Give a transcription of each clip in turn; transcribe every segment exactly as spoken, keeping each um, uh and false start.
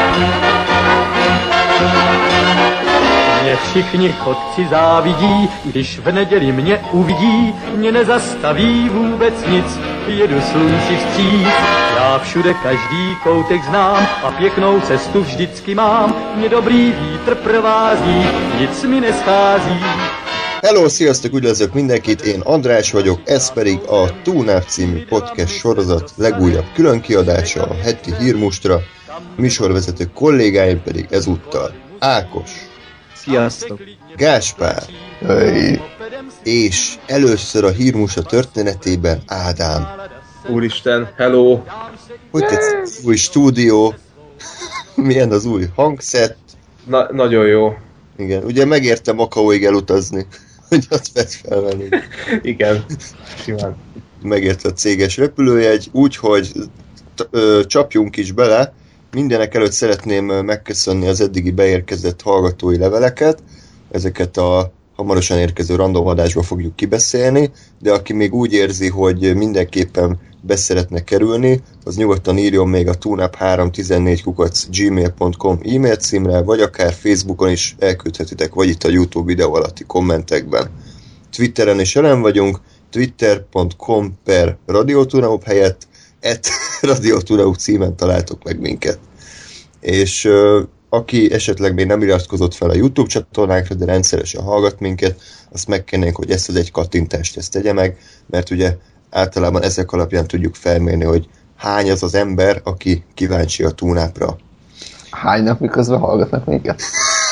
Mě všichni chodci závidí, když v neděli mě uvidí, mě nezastaví vůbec nic, jedu slunci vstříc. Já všude každý koutek znám a pěknou cestu vždycky mám, mě dobrý vítr provází, nic mi neschází. Hello, sziasztok, üdvözlök mindenkit, én András vagyok, ez pedig a Tune című podcast sorozat legújabb különkiadása, a heti hírmustra, műsorvezető kollégáim pedig ezúttal Ákos. Sziasztok! Gáspár. Hey. És először a hírmustra történetében Ádám. Úristen, hello! Hogy tetszik az új stúdió? Milyen az új hangszett? Na, nagyon jó. Igen, ugye megérte Makaóig elutazni, hogy azt vett felvenni. Igen, simán. Megérte a céges repülőjegy, úgyhogy t- ö, csapjunk is bele. Mindenek előtt szeretném megköszönni az eddigi beérkezett hallgatói leveleket. Ezeket a hamarosan érkező random adásba fogjuk kibeszélni, de aki még úgy érzi, hogy mindenképpen beszeretne kerülni, az nyugodtan írjon még a tuneup három tizennégy kukac gmail pont com e-mail címre, vagy akár Facebookon is elküldhetitek, vagy itt a YouTube videó alatti kommentekben. Twitteren is jelen vagyunk, twitter pont com per radiotuneup helyett et radiotuneup címen találtok meg minket. És uh, aki esetleg még nem iratkozott fel a YouTube csatornánkra, de rendszeresen hallgat minket, azt megkérnénk, hogy ezt az egy kattintást ezt tegye meg, mert ugye általában ezek alapján tudjuk felmérni, hogy hány az az ember, aki kíváncsi a Tuneupra. Hánynak miközben hallgatnak minket?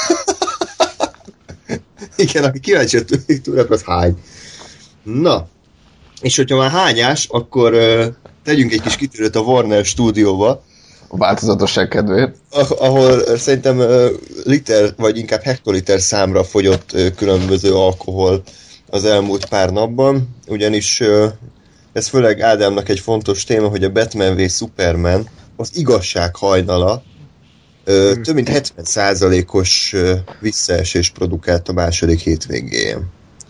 Igen, aki kíváncsi a Tuneupra, az hány. Na, és hogyha már hányás, akkor uh, tegyünk egy kis kitörőt a Warner stúdióba, A változatosság kedvéért. ahol szerintem uh, liter, vagy inkább hektoliter számra fogyott uh, különböző alkohol az elmúlt pár napban, ugyanis uh, ez főleg Ádámnak egy fontos téma, hogy a Batman v Superman, az igazság hajnala uh, több mint hetven százalékos uh, visszaesés produkált a második hétvégéjén.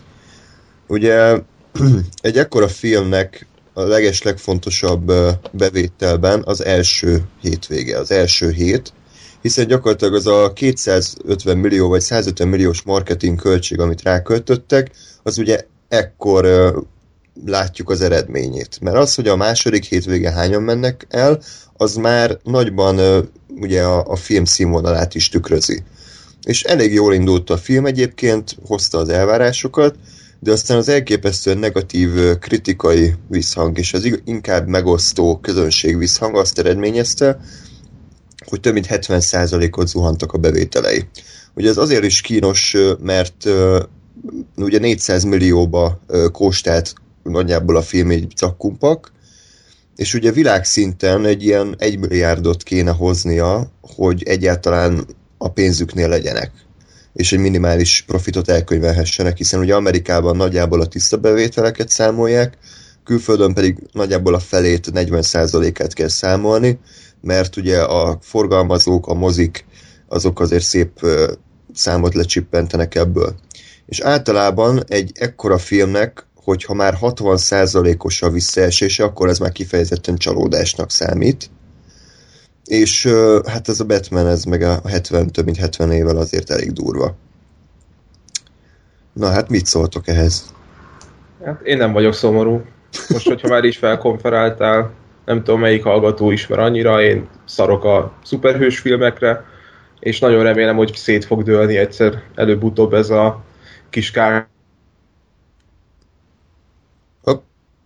Ugye egy ekkora filmnek a legeslegfontosabb bevételben az első hétvége, az első hét, hiszen gyakorlatilag az a kétszázötven millió vagy százötven milliós marketing költség, amit ráköltöttek, az ugye ekkor uh, látjuk az eredményét. Mert az, hogy a második hétvége hányan mennek el, az már nagyban uh, ugye a, a film színvonalát is tükrözi. És elég jól indult a film egyébként, hozta az elvárásokat, de aztán az elképesztően negatív kritikai visszhang és az inkább megosztó közönség visszhang azt eredményezte, hogy több mint hetven százalékot zuhantak a bevételei. Ugye ez azért is kínos, mert uh, ugye négyszáz millióba uh, kóstált nagyjából a film egy cakkumpak, és ugye világszinten egy ilyen egy milliárdot kéne hoznia, hogy egyáltalán a pénzüknél legyenek, és egy minimális profitot elkönyvelhessenek, hiszen ugye Amerikában nagyjából a tiszta bevételeket számolják, külföldön pedig nagyjából a felét, negyven százalékát kell számolni, mert ugye a forgalmazók, a mozik, azok azért szép számot lecsippentenek ebből. És általában egy ekkora filmnek, hogyha már hatvan százalékos a visszaesése, akkor ez már kifejezetten csalódásnak számít. És hát ez a Batman, ez meg a hetven, több mint hetven évvel azért elég durva. Na hát mit szóltok ehhez? Hát én nem vagyok szomorú. Most, hogyha már is felkonferáltál, nem tudom melyik hallgató ismer annyira, én szarok a szuperhős filmekre, és nagyon remélem, hogy szét fog dőlni egyszer előbb-utóbb ez a kis kár. Hopp.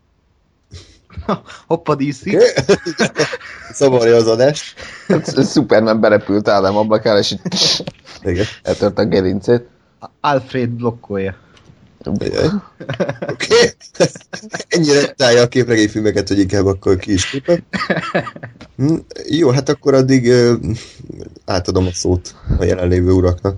Hoppa díszik. Okay. Szabarja az adást. Superman berepült Ádám ablakára, és így eltört a gerincét. Alfred blokkolja. Oké. Okay. Ennyire tálja a képregényfilmeket, hogy inkább akkor ki is képek. Hm, jó, hát akkor addig uh, átadom a szót a jelenlévő uraknak.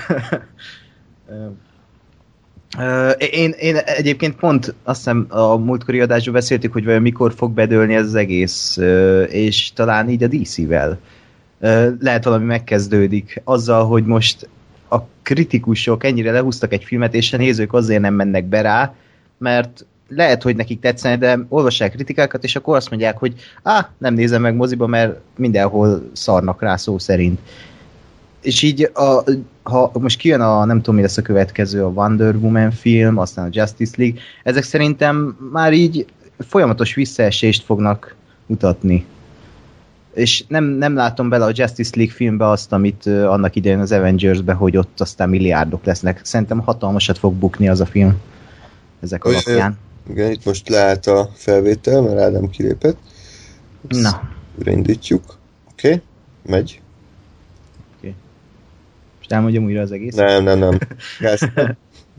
Uh, én, én egyébként pont azt hiszem a múltkori adásban beszéltük, hogy vajon mikor fog bedőlni ez az egész, uh, és talán így a dé cé-vel uh, lehet valami megkezdődik azzal, hogy most a kritikusok ennyire lehúztak egy filmet, és a nézők azért nem mennek be rá, mert lehet, hogy nekik tetszene, de olvassák kritikákat, és akkor azt mondják, hogy á, nem nézem meg moziba, mert mindenhol szarnak rá szó szerint. És így, a, ha most kijön a, nem tudom mi lesz a következő, a Wonder Woman film, aztán a Justice League, ezek szerintem már így folyamatos visszaesést fognak mutatni. És nem, nem látom bele a Justice League filmbe azt, amit uh, annak idején az Avengers-be, hogy ott aztán milliárdok lesznek. Szerintem hatalmasat fog bukni az a film ezek alapján. Igen, itt most leállt a felvétel, mert Ádám kilépett. Na. Újraindítjuk. Oké, okay. Megy. Okay. Most elmondjam újra az egész? Nem, nem, nem. Gáspár.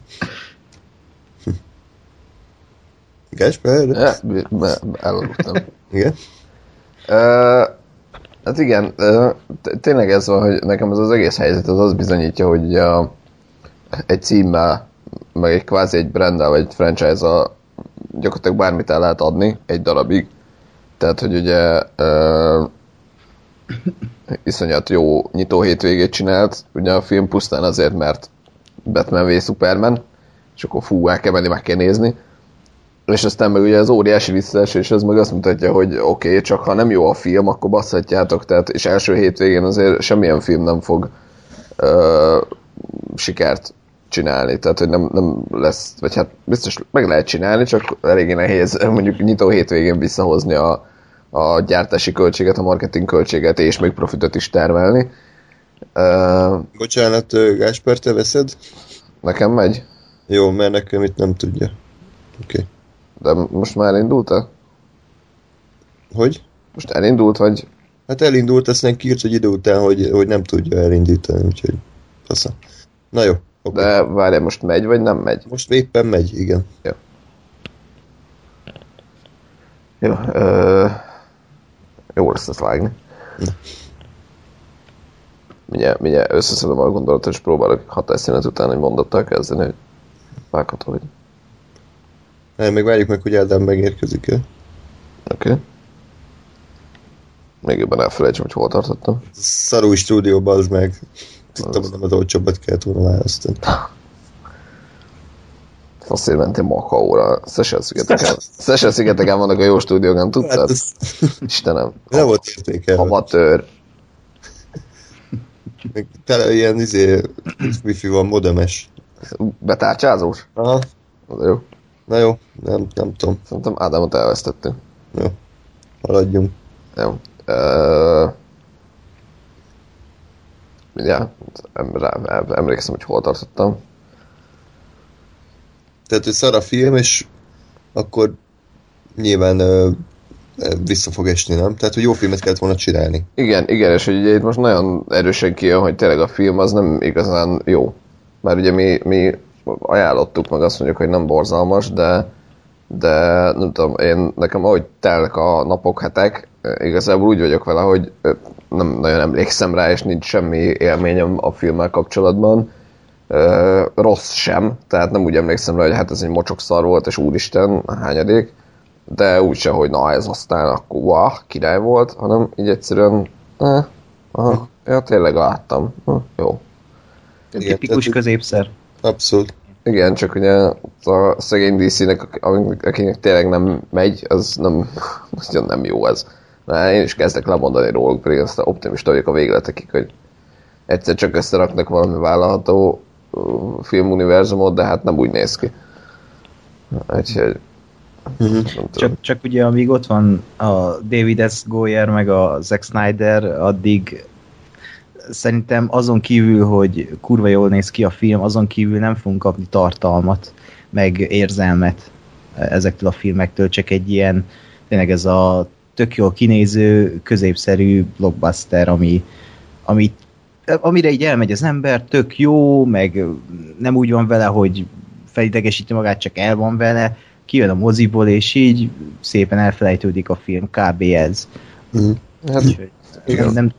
Gáspár? Ja, elaludtam. Igen? Uh, hát igen, uh, tényleg ez van, hogy nekem ez az egész helyzet az azt bizonyítja, hogy uh, egy címmel, meg egy kvázi egy branddel, vagy egy franchise-al gyakorlatilag bármit el lehet adni egy darabig. Tehát, hogy ugye uh, iszonyat jó nyitó hétvégét csinált, ugye a film pusztán azért, mert Batman v Superman, és akkor fú, el kell menni, meg kell nézni. És aztán meg ugye az óriási visszaesés, ez meg azt mutatja, hogy oké, okay, csak ha nem jó a film, akkor basszhatjátok, tehát, és első hétvégén azért semmilyen film nem fog uh, sikert csinálni, tehát hogy nem, nem lesz, vagy hát biztos meg lehet csinálni, csak eléggé nehéz mondjuk nyitó hétvégén visszahozni a, a gyártási költséget, a marketing költséget, és még profitot is termelni. Uh, Bocsánat, Gáspár, te veszed? Nekem megy? Jó, mert nekem itt nem tudja. Oké. Okay. De most már elindult-e? Hogy? Most elindult, vagy? Hát elindult, aztán kiírt, hogy idő után, hogy, hogy nem tudja elindítani, úgyhogy fasza. Na jó. Okay. De várjál, most megy, vagy nem megy? Most éppen megy, igen. Jó. Jó, ö... jó lesz ezt vágni. Mindjárt, mindjárt összeszedem a gondolatot, és próbálok hatásszínet után egy mondattal kezdeni, hogy vágható, hogy... Nem, még várjuk meg, hogy Ádám megérkezik el. Oké. Okay. Még jobban elfelejtsem, hogy hol tartottam. Szarúj stúdióban az meg. Tudtam, hogy nem az olcsóbbat kellett volna választani. Faszért mentél Makaóra. Seychelles-szigeteken. Seychelles-szigeteken vannak a jó stúdiók, nem tudtad? Hát ez... Istenem. Nem volt értékelve. Amatőr. Még tele ilyen izé, wifi van, modemes. Betárcsázós? Aha. Az jó. Na jó, nem, nem tudom. Szerintem Ádámot elvesztettünk. Jó, haladjunk. Jó. Uh... Ja, emlékszem, hogy hol tartottam. Tehát, hogy szar a film, és akkor nyilván uh, vissza fog esni, nem? Tehát, hogy jó filmet kellett volna csinálni. Igen, igen, és hogy ugye itt most nagyon erősen kijön, hogy tényleg a film az nem igazán jó. Mert ugye mi, mi ajánlottuk, meg azt mondjuk, hogy nem borzalmas, de, de nem tudom, én nekem ahogy telnek a napok, hetek, igazából úgy vagyok vele, hogy nem nagyon emlékszem rá, és nincs semmi élményem a filmmel kapcsolatban. Rossz sem, tehát nem úgy emlékszem rá, hogy hát ez egy mocsok szar volt, és úristen, hányadék, de úgy sem, hogy na ez aztán akkor wow, király volt, hanem így egyszerűen eh, aha, ja, tényleg láttam. Hm, jó. Igen, tipikus középszer. Abszolút. Igen, csak ugye a szegény dé cé-nek, akinek tényleg nem megy, az nem, az nem jó ez. Mert én is kezdek lemondani róluk, pedig aztán optimista vagyok a végletekig, hogy egyszer csak összeraknak valami vállalható filmuniverzumot, de hát nem úgy néz ki. Úgyhogy... Mm-hmm. Csak, csak ugye amíg ott van a David S. Goyer meg a Zack Snyder, addig szerintem azon kívül, hogy kurva jól néz ki a film, azon kívül nem fogunk kapni tartalmat, meg érzelmet ezektől a filmektől, csak egy ilyen, tényleg ez a tök jól kinéző, középszerű blockbuster, ami, ami, amire így elmegy az ember, tök jó, meg nem úgy van vele, hogy felidegesíti magát, csak el van vele, kijön a moziból, és így szépen elfelejtődik a film, kb. Ez. Mm. Hát, nem, nem...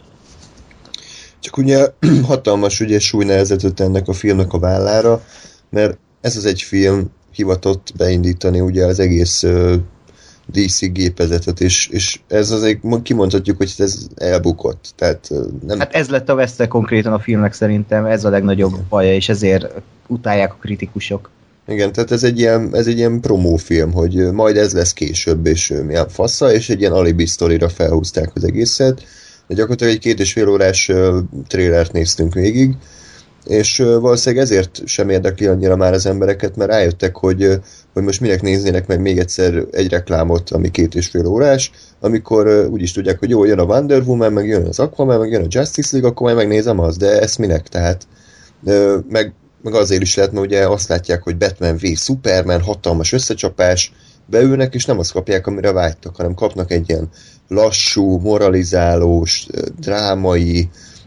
Csak ugye hatalmas ugye súly nehezetett ennek a filmnek a vállára, mert ez az egy film hivatott beindítani ugye az egész uh, dé cé gépezetet, és, és ez azért kimondhatjuk, hogy ez elbukott. Tehát, uh, nem... Hát ez lett a veszte konkrétan a filmnek szerintem, ez a legnagyobb baja, és ezért utálják a kritikusok. Igen, tehát ez egy ilyen, ez egy ilyen promófilm, hogy majd ez lesz később, és milyen fassa, és egy ilyen alibi sztorira felhúzták az egészet. De gyakorlatilag egy két és fél órás uh, trélert néztünk végig, és uh, valószínűleg ezért sem érdekli annyira már az embereket, mert rájöttek, hogy, uh, hogy most minek néznének meg még egyszer egy reklámot, ami két és fél órás, amikor uh, úgyis tudják, hogy jó, jön a Wonder Woman, meg jön az Aquaman, meg jön a Justice League, akkor majd megnézem azt, de ezt minek, tehát uh, meg meg azért is lehet, mert ugye azt látják, hogy Batman v Superman, hatalmas összecsapás, beülnek, és nem azt kapják, amire vágytak, hanem kapnak egy ilyen lassú, moralizálós, drámai,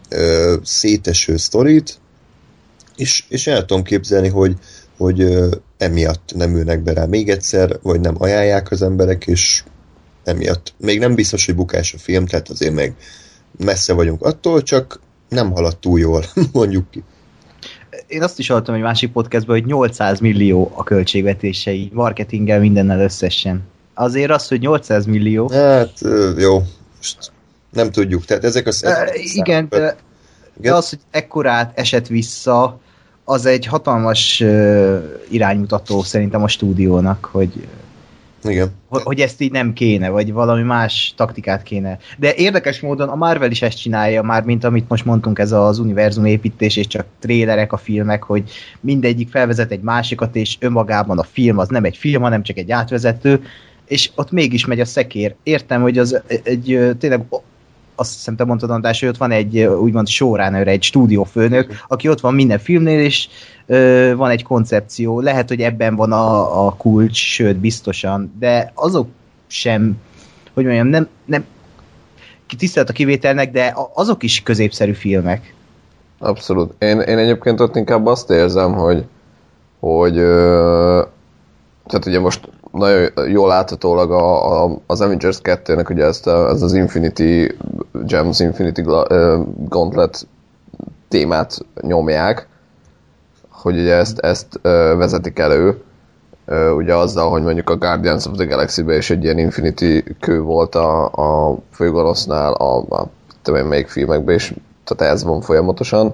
széteső sztorit, és, és el tudom képzelni, hogy, hogy emiatt nem ülnek be rá még egyszer, vagy nem ajánlják az emberek, és emiatt még nem biztos, hogy bukás a film, tehát azért meg messze vagyunk attól, csak nem haladt túl jól, mondjuk ki. Én azt is hallottam egy másik podcastban, hogy nyolcszáz millió a költségvetései, marketinggel mindennel összesen. Azért az, hogy nyolcszáz millió... Hát, jó, most nem tudjuk, tehát ezek az... E, igen, de, igen, de az, hogy ekkorát esett vissza, az egy hatalmas uh, iránymutató szerintem a stúdiónak, hogy... Igen. Hogy ezt így nem kéne, vagy valami más taktikát kéne. De érdekes módon a Marvel is ezt csinálja már, mint amit most mondtunk, ez az univerzum építés, és csak trélerek a filmek, hogy mindegyik felvezet egy másikat, és önmagában a film az nem egy film, hanem csak egy átvezető, és ott mégis megy a szekér. Értem, hogy az egy tényleg, azt hiszem te mondtad, András, hogy ott van egy úgymond showrunner, egy stúdiófőnök, aki ott van minden filmnél, és ö, van egy koncepció. Lehet, hogy ebben van a, a kulcs, sőt, biztosan, de azok sem, hogy mondjam, nem, nem tisztelet a kivételnek, de azok is középszerű filmek. Abszolút. Én, én egyébként ott inkább azt érzem, hogy, hogy ö, tehát ugye most nagyon jól láthatólag a, a, az Avengers kettőnek ugye ezt a, ez az Infinity Gems, Infinity Gauntlet témát nyomják, hogy ugye ezt, ezt uh, vezetik elő, uh, ugye azzal, hogy mondjuk a Guardians of the Galaxy-ben is egy ilyen Infinity kő volt a, a főgonosznál, a, a tudom melyik filmekben is, tehát ez van folyamatosan,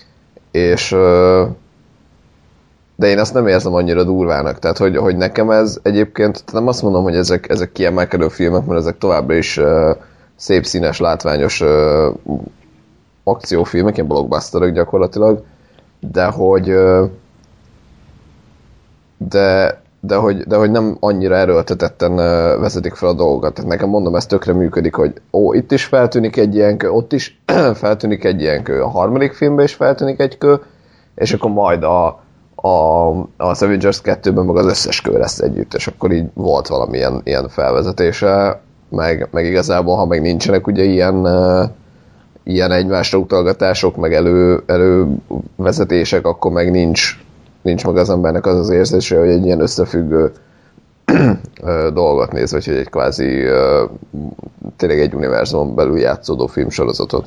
és uh, de én ezt nem érzem annyira durvának, tehát hogy, hogy nekem ez egyébként, nem azt mondom, hogy ezek, ezek kiemelkedő filmek, mert ezek továbbra is uh, szép, színes, látványos uh, akciófilmek, ilyen blockbusterök gyakorlatilag, de hogy uh, de, de, hogy, de hogy nem annyira erőltetetten uh, vezetik fel a dolgokat. Tehát nekem mondom, ez tökre működik, hogy ó, itt is feltűnik egy ilyen kő, ott is feltűnik egy ilyen kő, a harmadik filmben is feltűnik egy kő, és akkor majd a A, az Avengers kettőben meg az összes kő lesz együtt, és akkor így volt valamilyen ilyen felvezetése, meg, meg igazából, ha meg nincsenek ugye ilyen, uh, ilyen egymásra utalgatások, meg elő, elővezetések, akkor meg nincs, nincs meg az embernek az az érzése, hogy egy ilyen összefüggő dolgot néz, vagy hogy egy kvázi uh, tényleg egy univerzumon belül játszódó filmsorozatot.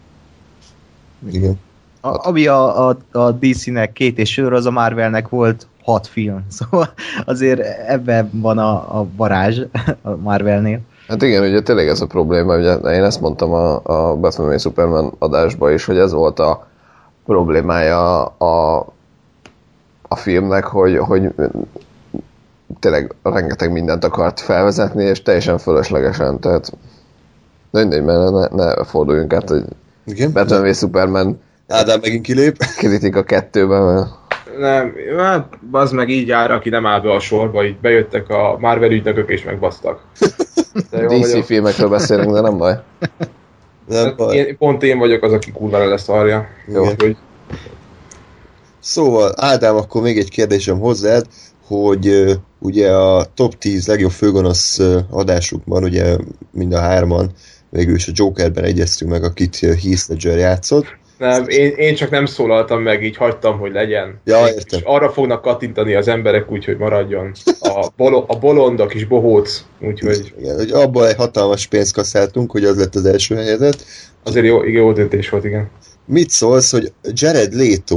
Igen. A, ami a, a, a dé cé-nek két és fél, az a Marvelnek volt hat film. Szóval azért ebben van a, a varázs a Marvelnél. Hát igen, ugye tényleg ez a probléma, ugye én ezt mondtam a, a Batman v Superman adásban is, hogy ez volt a problémája a, a filmnek, hogy, hogy tényleg rengeteg mindent akart felvezetni, és teljesen fölöslegesen, tehát mindegy, mert ne, ne forduljunk át, hogy igen? Batman v Superman Ádám megint kilép. Kritika kettőben, mert... Nem, hát az meg így jár, aki nem áll be a sorba, így bejöttek a Marvel ügynökök és megbasztak. dé cé filmekről beszélünk, de nem baj. Nem hát baj. Én, pont én vagyok az, aki kurvára leszarja. Jó, hogy... Szóval, Ádám, akkor még egy kérdésem hozzád, hogy uh, ugye a top tíz legjobb főgonosz uh, adásukban, ugye mind a hárman, végül is a Jokerben egyeztünk meg, akit Heath Ledger játszott. Nem, én, én csak nem szólaltam meg, így hagytam, hogy legyen. Ja, értem. És arra fognak kattintani az emberek, úgyhogy maradjon. A, bolo, a bolond, a kis bohóc, úgyhogy... Igen, hogy abban egy hatalmas pénzt kasszáltunk, hogy az lett az első helyzet. Azért jó, jó döntés volt, igen. Mit szólsz, hogy Jared Leto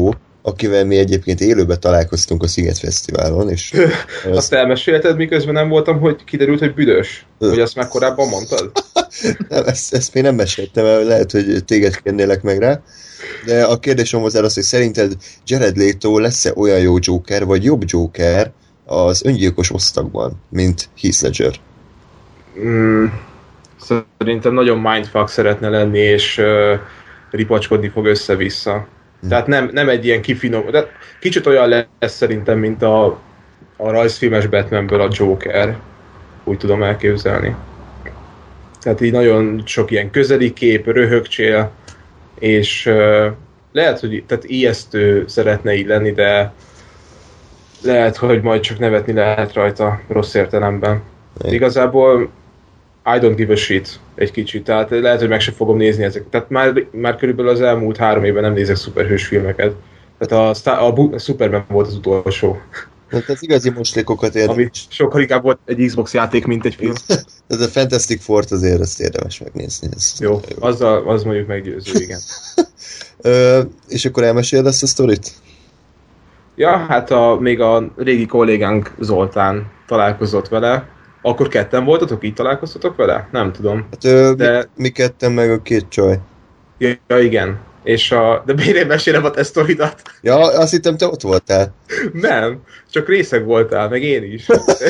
akivel mi egyébként élőben találkoztunk a Sziget Fesztiválon, és... Az... Azt elmesélted, miközben nem voltam, hogy kiderült, hogy büdös? Hogy azt már korábban mondtad? Nem, ezt, ezt még nem meséltem, mert lehet, hogy téged kérnélek meg rá. De a kérdésem hozzá az, hogy szerinted Jared Leto lesz-e olyan jó Joker, vagy jobb Joker az öngyilkos osztagban, mint Heath Ledger? Mm, szerintem nagyon mindfuck szeretne lenni, és uh, ripacskodni fog össze-vissza. Hmm. Tehát nem, nem egy ilyen kifinom... De kicsit olyan lesz szerintem, mint a, a rajzfilmes Batmanből a Joker. Úgy tudom elképzelni. Tehát így nagyon sok ilyen közeli kép, röhögcsél, és uh, lehet, hogy tehát ijesztő szeretne így lenni, de lehet, hogy majd csak nevetni lehet rajta rossz értelemben. Igen. Igazából I don't give a shit egy kicsit, tehát lehet, hogy meg sem fogom nézni ezeket. Tehát már, már körülbelül az elmúlt három évben nem nézek szuperhős filmeket. Tehát a, a, a Superman volt az utolsó. Hát az igazi moslékokat érdemes. Ami sokkal inkább volt egy Xbox játék, mint egy film. Ez a Fantastic Four-t azért ezt érdemes megnézni. Ez jó, jó. Azzal, az mondjuk meggyőző, igen. Ö, és akkor elmeséled ezt a sztorit? Ja, hát a, még a régi kollégánk Zoltán találkozott vele. Akkor ketten voltatok, így találkoztatok vele? Nem tudom. Hát ö, de... mi, mi ketten meg a két csaj. Ja, ja igen. És a... De miért én mesélem a te sztoridat? Ja, azt hittem te ott voltál. Nem, csak részeg voltál, meg én is.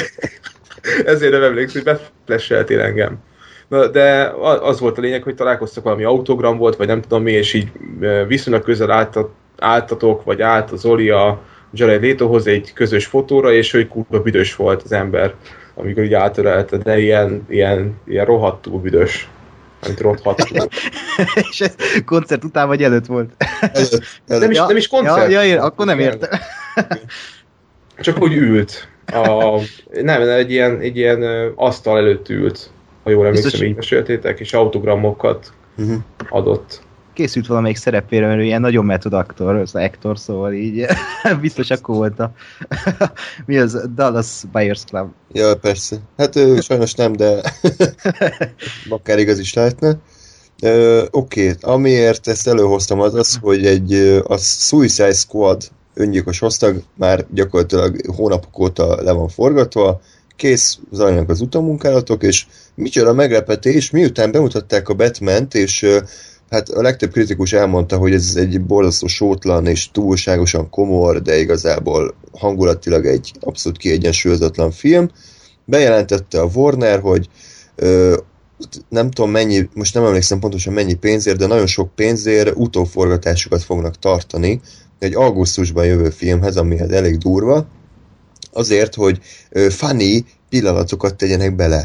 Ezért nem emlékszem, hogy beflesseltél engem. Na, de az volt a lényeg, hogy találkoztak, valami autogram volt, vagy nem tudom mi, és így viszonylag közel álltat, álltatok, vagy állt a Zoli a Jared Letohoz egy közös fotóra, és hogy kurva büdös volt az ember, amikor így átörelte, de ilyen, ilyen, ilyen rohadtul büdös. Amit rohadtul. És ez koncert után vagy előtt volt? Előtt, előtt. Nem, is, ja, nem is koncert. Ja, ja, akkor nem értem. Csak úgy ült. A, nem, egy ilyen, egy ilyen asztal előtt ült, ha jól emlékszem, biztos... így meséltétek, és autogramokat uh-huh. adott. Készült valamelyik szerepére, mert ilyen nagyon method aktor, az actor, szóval így biztos akkor volt a mi az? Dallas Buyers Club. Ja, persze. Hát ő, sajnos nem, de akár igaz is lehetne. Oké, okay. Amiért ezt előhoztam az az, hogy egy a Suicide Squad öngyilkos osztag már gyakorlatilag hónapok óta le van forgatva, kész, zajlanak az utómunkálatok, és micsoda meglepetés, miután bemutatták a Batmant, és hát a legtöbb kritikus elmondta, hogy ez egy borzasztó sótlan és túlságosan komor, de igazából hangulatilag egy abszolút kiegyensúlyozatlan film. Bejelentette a Warner, hogy ö, nem tudom mennyi, most nem emlékszem pontosan mennyi pénzért, de nagyon sok pénzért utóforgatásokat fognak tartani egy augusztusban jövő filmhez, amihez elég durva, azért, hogy ö, funny pillanatokat tegyenek bele.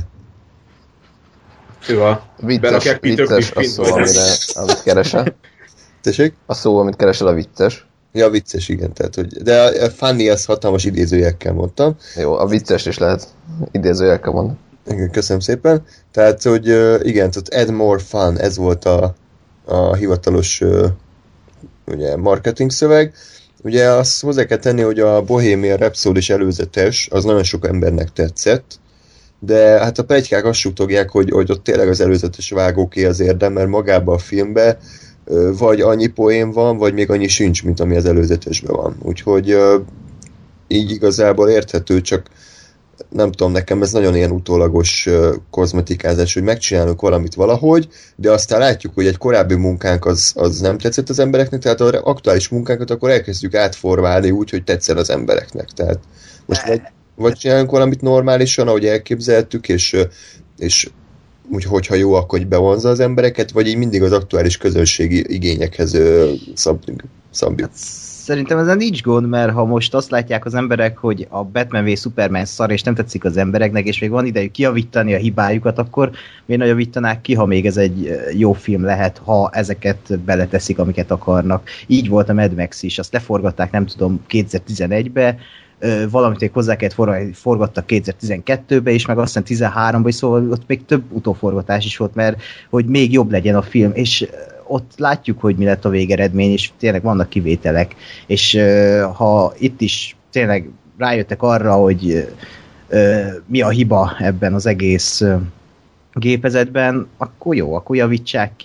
Jó, a vicces, vicces a szó, amire, amit keresel. Tessék? A szó, amit keresel, a vicces. Ja, vicces, igen. Tehát, hogy, de a funny, az hatalmas idézőjekkel mondtam. Jó, a vicces is lehet idézőjekkel mondani. Igen, köszönöm szépen. Tehát, hogy igen, tehát add more fun, ez volt a, a hivatalos ugye, marketing szöveg. Ugye azt hozzá kell tenni, hogy a Bohemian Rhapsody is előzetes, az nagyon sok embernek tetszett, de hát a pletykák azt suttogják, hogy, hogy ott tényleg az előzetes vágóké az érdem, mert magában a filmben vagy annyi poén van, vagy még annyi sincs, mint ami az előzetesben van. Úgyhogy így igazából érthető, csak nem tudom, nekem ez nagyon ilyen utólagos kozmetikázás, hogy megcsinálunk valamit valahogy, de aztán látjuk, hogy egy korábbi munkánk az, az nem tetszett az embereknek, tehát az aktuális munkánkat akkor elkezdjük átformálni úgy, hogy tetszen az embereknek. Tehát most vagy, vagy csinálunk valamit normálisan, ahogy elképzeltük, és, és úgy, hogyha jó, akkor hogy bevonza az embereket, vagy így mindig az aktuális közönségi igényekhez szabjuk. szabjuk. Szerintem ezen nincs gond, mert ha most azt látják az emberek, hogy a Batman v Superman szar, és nem tetszik az embereknek, és még van idejük kijavítani a hibájukat, akkor miért ne javítanák ki, ha még ez egy jó film lehet, ha ezeket beleteszik, amiket akarnak. Így volt a Mad Max is, azt leforgatták, nem tudom, kétezer-tizenegybe, valamit még hozzá kellett forgattak kétezer-tizenkettőbe is, meg azt hiszem tizenháromba is, szóval ott még több utóforgatás is volt, mert hogy még jobb legyen a film, és ott látjuk, hogy mi lett a végeredmény, és tényleg vannak kivételek, és uh, ha itt is tényleg rájöttek arra, hogy uh, mi a hiba ebben az egész uh, gépezetben, akkor jó, akkor javítsák ki.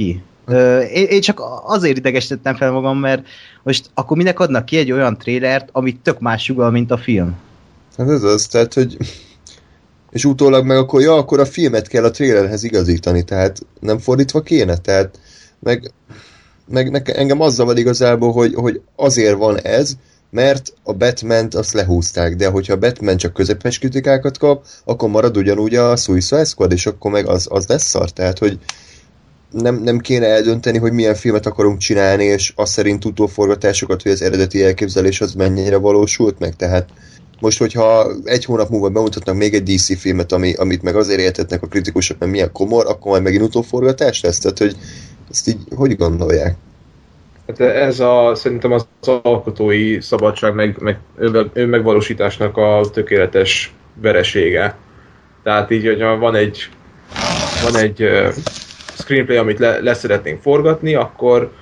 Én, én csak azért idegesítettem fel magam, mert most akkor minek adnak ki egy olyan trélert, amit tök más sugal, mint a film? Hát ez az, tehát, hogy és utólag meg akkor, ja, akkor a filmet kell a trailerhez igazítani, tehát nem fordítva kéne, tehát meg, meg nekem, engem az zavar igazából, hogy, hogy azért van ez, mert a Batman-t azt lehúzták, de hogyha a Batman csak közepes kritikákat kap, akkor marad ugyanúgy a Suicide Squad, és akkor meg az, az lesz szar, tehát, hogy nem, nem kéne eldönteni, hogy milyen filmet akarunk csinálni, és azt szerint utóforgatásokat, hogy az eredeti elképzelés az mennyire valósult meg, tehát most, hogyha egy hónap múlva bemutatnak még egy dé cé filmet, ami, amit meg azért értetnek a kritikusok, mert milyen komor, akkor majd megint utóforgatás lesz? Tehát, hogy ezt így hogy gondolják? Hát ez a, szerintem az alkotói szabadság, meg, meg önmegvalósításnak a tökéletes veresége. Tehát így, hogyha van egy, van egy uh, screenplay, amit le, le szeretnénk forgatni, akkor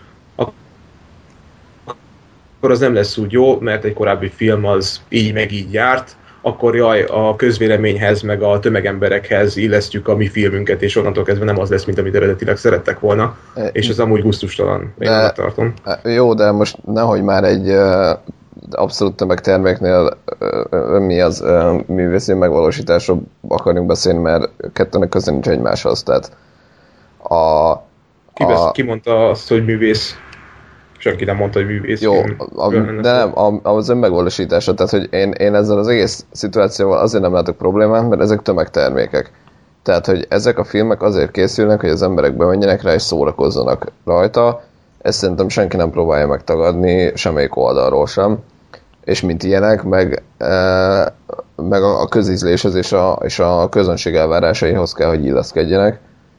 akkor az nem lesz úgy jó, mert egy korábbi film az így meg így járt, akkor jaj, a közvéleményhez, meg a tömegemberekhez illesztjük a mi filmünket, és onnantól kezdve nem az lesz, mint amit eredetileg szerettek volna, e, és ez amúgy gusztustalan, én de, tartom. Jó, de most nehogy már egy uh, abszolút tömegterméknél uh, mi az uh, művészi megvalósításról akarjunk beszélni, mert kettőnek köze nincs egymáshoz, tehát a... Ki, besz, a... ki mondta azt, hogy művész? Senki nem mondta, hogy művész. Jó, a, de nem, a, az önmegvalósítása, tehát hogy én, én ezzel az egész szituációval azért nem látok problémát, mert ezek tömegtermékek. Tehát, hogy ezek a filmek azért készülnek, hogy az emberek bemenjenek rá és szórakozzanak rajta. Ezt szerintem senki nem próbálja megtagadni, semmelyik oldalról sem. És mint ilyenek, meg, e, meg a, a közízléshez és a, és a közönség elvárásaihoz kell, hogy illeszkedjenek.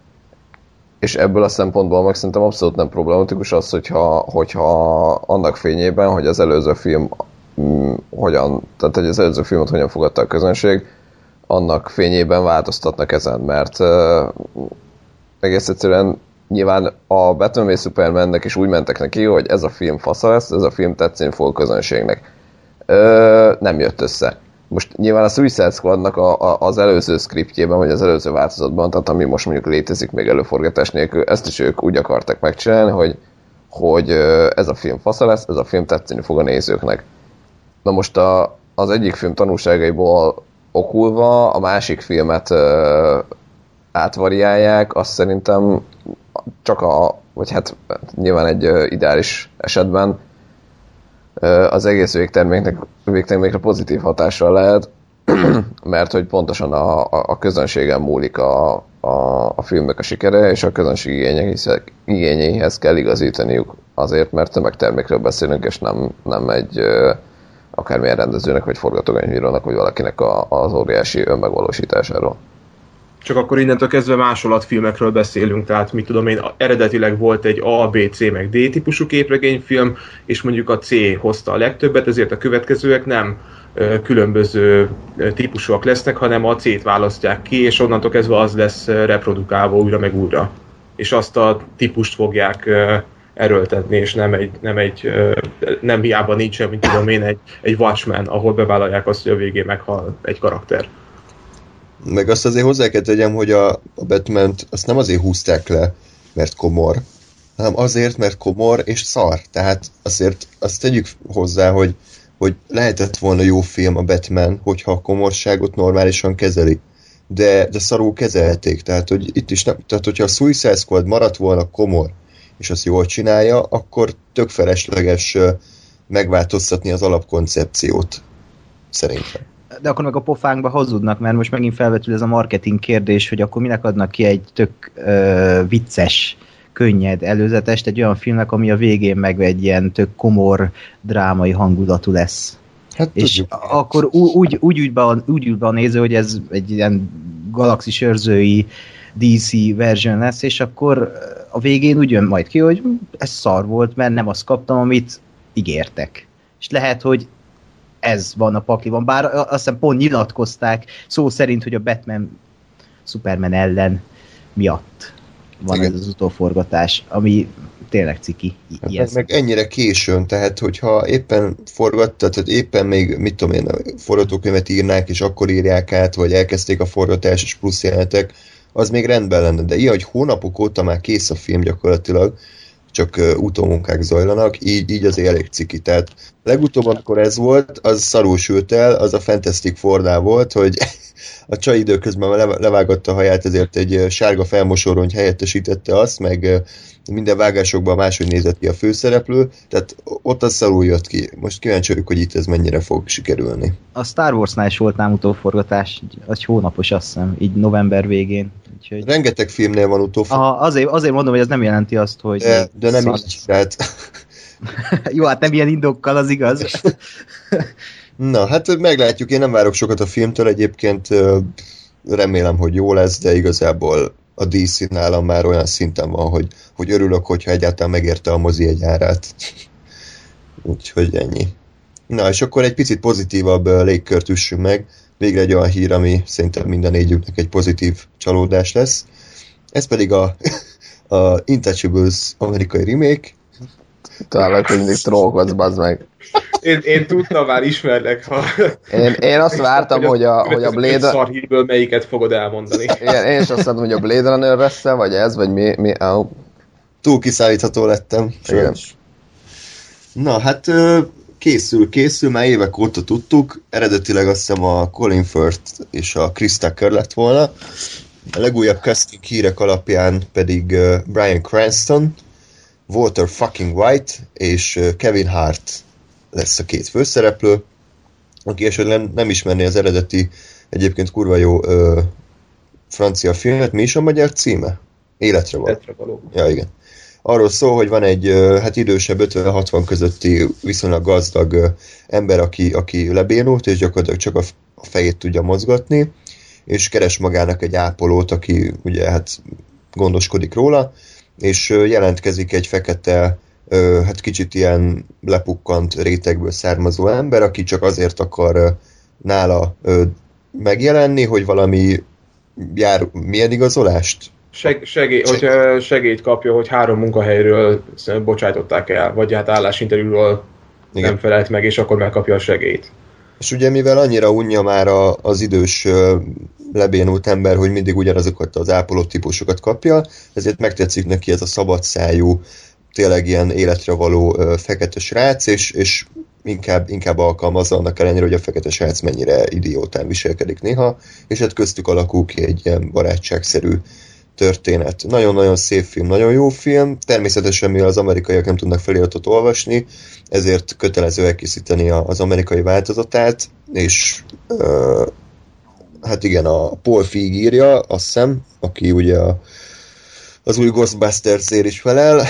És ebből a szempontból meg szerintem abszolút nem problematikus az, hogyha, hogyha annak fényében, hogy az előző film hm, hogyan, tehát hogy az előző filmet hogyan fogadta a közönség, annak fényében változtatnak ezen, mert uh, egész egyszerűen nyilván a Batman v Supermannek is úgy mentek neki, hogy ez a film fasza lesz, ez a film tetszeni fog a közönségnek. Uh, nem jött össze. Most nyilván a Suicide Squadnak a, a, az előző szkriptjében, vagy az előző változatban, tehát ami most mondjuk létezik még előforgatás nélkül, ezt is ők úgy akarták megcsinálni, hogy, hogy ez a film fasza lesz, ez a film tetszeni fog a nézőknek. Na most a, az egyik film tanulságaiból okulva a másik filmet ö, átvariálják, azt szerintem csak a, vagy hát nyilván egy ö, ideális esetben az egész végterméknek, végtermékre pozitív hatással lehet, mert hogy pontosan a, a, a közönségen múlik a, a, a filmnek a sikere, és a közönség igényeihez, igényeihez kell igazítaniuk azért, mert tömegtermékről beszélünk, és nem, nem egy ö, akármilyen rendezőnek, vagy forgatókönyvírónak, vagy valakinek a, az óriási önmegvalósításáról. Csak akkor innentől kezdve másolatfilmekről beszélünk, tehát mit tudom én, eredetileg volt egy A, B, C, meg D típusú képregényfilm, és mondjuk a C hozta a legtöbbet, ezért a következőek nem ö, különböző típusúak lesznek, hanem a C-t választják ki, és onnantól kezdve az lesz reprodukálva újra meg újra. És azt a típust fogják ö, erőltetni, és nem egy, nem egy ö, nem hiába nincsen, mint tudom én, egy, egy Watchmen, ahol bevállalják azt, hogy a végén meghal egy karakter. Meg azt azért hozzá kell tegyem, hogy a, a Batman-t azt nem azért húzták le, mert komor, hanem azért, mert komor és szar. Tehát azért azt tegyük hozzá, hogy, hogy lehetett volna jó film a Batman, hogyha a komorságot normálisan kezeli. De, de szarul kezelték. Tehát, hogy itt is nem, tehát, hogyha a Suicide Squad maradt volna komor, és azt jól csinálja, akkor tök felesleges megváltoztatni az alapkoncepciót. Szerintem. De akkor meg a pofánkba hazudnak, mert most megint felvetül ez a marketing kérdés, hogy akkor minek adnak ki egy tök ö, vicces, könnyed előzetest egy olyan filmnek, ami a végén meg egy ilyen tök komor, drámai hangulatú lesz. Hát és tudjuk. Akkor úgy, úgy, úgy, be, úgy ül be a néző, hogy ez egy ilyen galaxis őrzői dé cé version lesz, és akkor a végén úgy jön majd ki, hogy ez szar volt, mert nem azt kaptam, amit ígértek. És lehet, hogy ez van a pakliban, bár azt hiszem pont nyilatkozták szó szerint, hogy a Batman Superman ellen miatt van igen. Ez az utóforgatás, ami tényleg ciki. Hát meg ennyire későn, tehát hogyha éppen forgattat, tehát éppen még, mit tudom én, forgatókönyvet írnák, és akkor írják át, vagy elkezdték a forgatás és plusz jelenetek, az még rendben lenne, de ilyen, hogy hónapok óta már kész a film gyakorlatilag, csak uh, utómunkák zajlanak, így, így azért elég ciki. Tehát legutóbb, amikor ez volt, az szarul sült el, az a Fantastic Four-nál volt, hogy a csaj időközben levágatta a haját, ezért egy sárga felmosorony helyettesítette azt, meg minden vágásokban máshogy nézett ki a főszereplő, tehát ott az szarul jött ki. Most kíváncsi vagyok, hogy itt ez mennyire fog sikerülni. A Star Warsnál is volt ám utóforgatás, az hónapos, azt hiszem, így november végén. Úgyhogy... Rengeteg filmnél van utóforgatás. Aha, azért, azért mondom, hogy ez nem jelenti azt, hogy... De, de nem szar... így, tehát... Jó, hát nem ilyen indokkal, az igaz. Na, hát meglátjuk, én nem várok sokat a filmtől, egyébként remélem, hogy jó lesz, de igazából a dé cé nálam már olyan szinten van, hogy, hogy örülök, hogyha egyáltalán megérte a mozi egy árát. Úgyhogy ennyi. Na, és akkor egy picit pozitívabb légkört üssünk meg. Végre egy olyan hír, ami szerintem minden négyünknek egy pozitív csalódás lesz. Ez pedig a, a Intouchables amerikai remake. Talán, hogy mindig trollkodsz, bazd meg. Én, én tudtam, már ismerlek. Ha... Én, én azt vártam, hogy a, hogy a Blade... szarhírből melyiket fogod elmondani. Igen, én is azt vártam, hogy a Blade Runner lesz, vagy ez, vagy mi... mi oh. Túl kiszállítható lettem. Igen. Na, hát készül, készül, már évek óta tudtuk. Eredetileg azt hiszem a Colin Firth és a Chris Tucker lett volna. A legújabb casting hírek alapján pedig Bryan Cranston, Walter fucking White és Kevin Hart lesz a két főszereplő, aki esetleg nem ismerné az eredeti, egyébként kurva jó ö, francia filmet. Mi is a magyar címe? Életre való. Életre való. Ja, igen. Arról szól, hogy van egy ö, hát idősebb ötven-hatvan közötti viszonylag gazdag ö, ember, aki, aki lebénult, és gyakorlatilag csak a, a fejét tudja mozgatni, és keres magának egy ápolót, aki ugye hát gondoskodik róla, és jelentkezik egy fekete, hát kicsit ilyen lepukkant rétegből származó ember, aki csak azért akar nála megjelenni, hogy valami jár, milyen igazolást? Seg, segély, hogyha segélyt kapja, hogy három munkahelyről bocsájtották el, vagy hát állásinterjúról nem felelt meg, és akkor megkapja a segélyt. És ugye mivel annyira unja már a, az idős lebénult ember, hogy mindig ugyanazokat az ápoló típusokat kapja, ezért megtetszik neki ez a szabadszájú, tényleg ilyen életre való ö, fekete srác, és, és inkább, inkább alkalmazza annak ellenére, hogy a fekete srác mennyire idiótán viselkedik néha, és hát köztük alakul ki egy ilyen barátságszerű történet. Nagyon-nagyon szép film, nagyon jó film. Természetesen, mivel az amerikaiak nem tudnak feliratot olvasni, ezért kötelező elkészíteni az amerikai változatát, és uh, hát igen, a Paul Feig írja, azt hiszem, aki ugye a, az új Ghostbusters-ért is felel,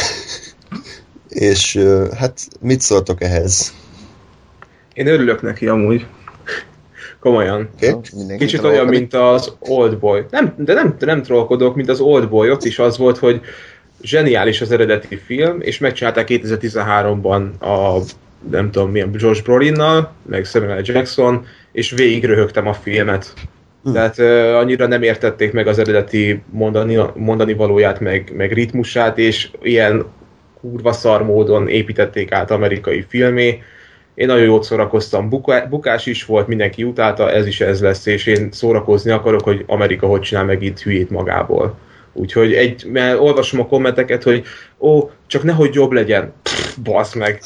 és uh, hát mit szóltok ehhez? Én örülök neki amúgy. Komolyan. Okay. Kicsit olyan, mint az Oldboy. Nem, de nem, nem trollkodok, mint az Oldboy. Ott is az volt, hogy zseniális az eredeti film, és megcsinálták kétezer-tizenháromban a nem tudom milyen Josh Brolinnal, meg Samuel Jackson, és végig röhögtem a filmet. Hmm. Tehát uh, annyira nem értették meg az eredeti mondani, mondani valóját, meg, meg ritmusát, és ilyen kurva szar módon építették át amerikai filmé. Én nagyon jót szórakoztam, Buka, bukás is volt, mindenki utálta, ez is ez lesz, és én szórakozni akarok, hogy Amerika hogy csinál meg itt hülyét magából. Úgyhogy egy, mert olvasom a kommenteket, hogy ó, csak nehogy jobb legyen. Pff, basz meg.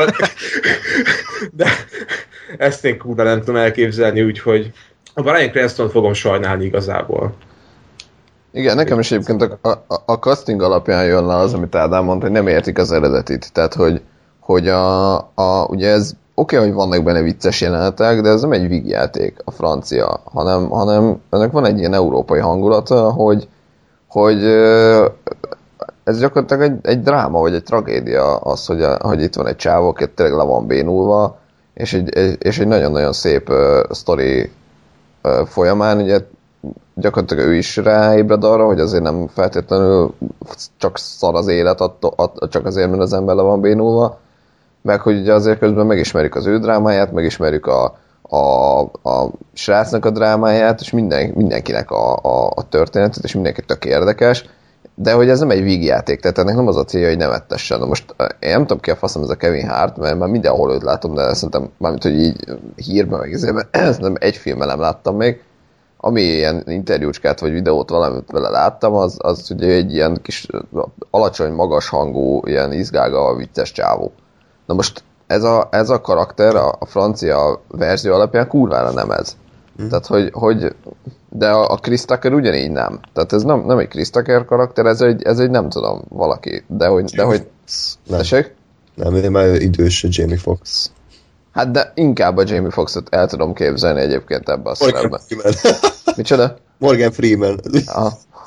De ezt én kurva nem tudom elképzelni, úgyhogy a Bryan Cranston fogom sajnálni igazából. Igen, nekem is egyébként a, a, a casting alapján jön le az, amit Ádám mondta, hogy nem értik az eredetit. Tehát, hogy hogy a, a, ugye ez oké, okay, hogy vannak benne vicces jelenetek, de ez nem egy vígjáték a francia, hanem, hanem ennek van egy ilyen európai hangulata, hogy, hogy ez gyakorlatilag egy, egy dráma, vagy egy tragédia az, hogy, a, hogy itt van egy csávó, aki tényleg le van bénulva, és egy, egy, és egy nagyon-nagyon szép uh, sztori uh, folyamán, ugye gyakorlatilag ő is ráébred arra, hogy azért nem feltétlenül csak szar az élet, attól, att, csak azért, mert az ember le van bénulva, meg hogy ugye azért közben megismerjük az ő drámáját, megismerjük a, a, a srácnak a drámáját, és minden, mindenkinek a, a, a történetet, és mindenki tök érdekes, de hogy ez nem egy vígjáték, tehát ennek nem az a célja, hogy nevettessen. Na most én nem tudom ki a faszom ez a Kevin Hart, mert már mindenhol őt látom, de szerintem mármint, hogy így hírben meg ezért, szerintem egy filmben nem láttam még. ami ilyen interjúcskát vagy videót valamit vele láttam, az, az ugye egy ilyen kis alacsony, magas hangú, ilyen izgága, vicces csávó. Na most ez a, ez a karakter a, a francia verzió alapján kurvára nem ez. Mm. Tehát, hogy, hogy de a, a Chris Tucker ugyanígy nem. Tehát ez nem, nem egy Chris Tucker karakter, ez egy, ez egy nem tudom, valaki. De hogy... De hogy nem. Tessék? Nem, ő már idős Jamie Foxx. Hát de inkább a Jamie Foxxot el tudom képzelni egyébként ebbe a szerepben. Micsoda? Morgan Freeman. Aha.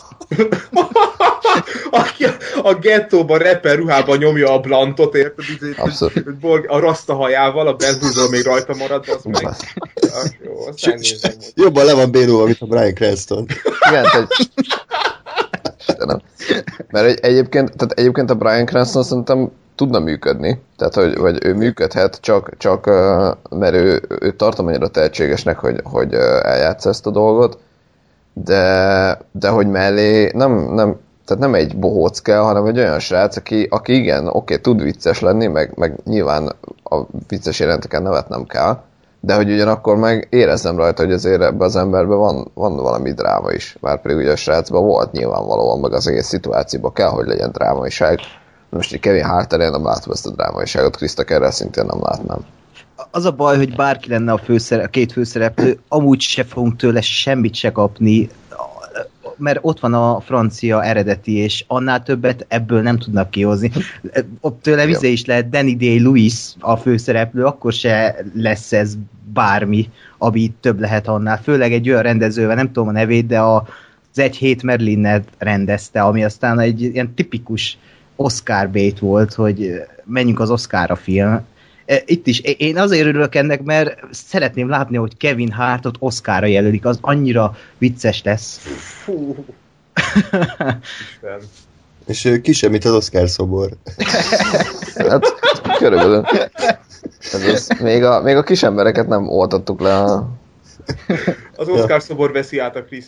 Aki a, a gettóban rapper ruhában nyomja a blantot, érted? Abszolút. A rasta hajával, a Benzúzól még rajta marad, az meg... Ja, jó, azt megnézem. Jobban le van bénulva, mint a Bryan Cranston. Igen, tehát... Istenem. Mert egy, egyébként, tehát egyébként a Bryan Cranston szerintem tudna működni, tehát hogy vagy ő működhet, csak, csak mert ő, ő tartom annyira tehetségesnek, hogy, hogy eljátsza ezt a dolgot, de, de hogy mellé nem, nem, tehát nem egy bohóc kell, hanem egy olyan srác, aki, aki igen, oké, okay, tud vicces lenni, meg, meg nyilván a vicces jelenteken nevetnem kell, de hogy ugyanakkor meg érezzem rajta, hogy azért ebben az emberben van, van valami dráma is, már pedig ugye a srácban volt nyilvánvalóan, meg az egész szituációban kell, hogy legyen drámaiság. Most egy Kevin Hart-tel én nem látom ezt a drámaiságot, Chris Tuckerrel szintén nem látnám. Az a baj, hogy bárki lenne a, főszere, a két főszereplő, amúgy se fogunk tőle semmit se kapni, mert ott van a francia eredeti, és annál többet ebből nem tudnak kihozni. Ott tőle vizé is lehet Danny Day-Lewis a főszereplő, akkor se lesz ez bármi, ami több lehet annál. Főleg egy olyan rendezővel, nem tudom a nevét, de a, az Egy hét Merlinnet rendezte, ami aztán egy ilyen tipikus Oscar bait volt, hogy menjünk az Oscarra film. Itt is, én azért örülök ennek, mert szeretném látni, hogy Kevin Hartot Oscarra jelölik, az annyira vicces lesz. Fú. És kisebb, mint az Oscar szobor. Hát, körülbelül. Ez, még, a, még a kis embereket nem oltattuk le. A... Az Oscar szobor veszi át a Chris.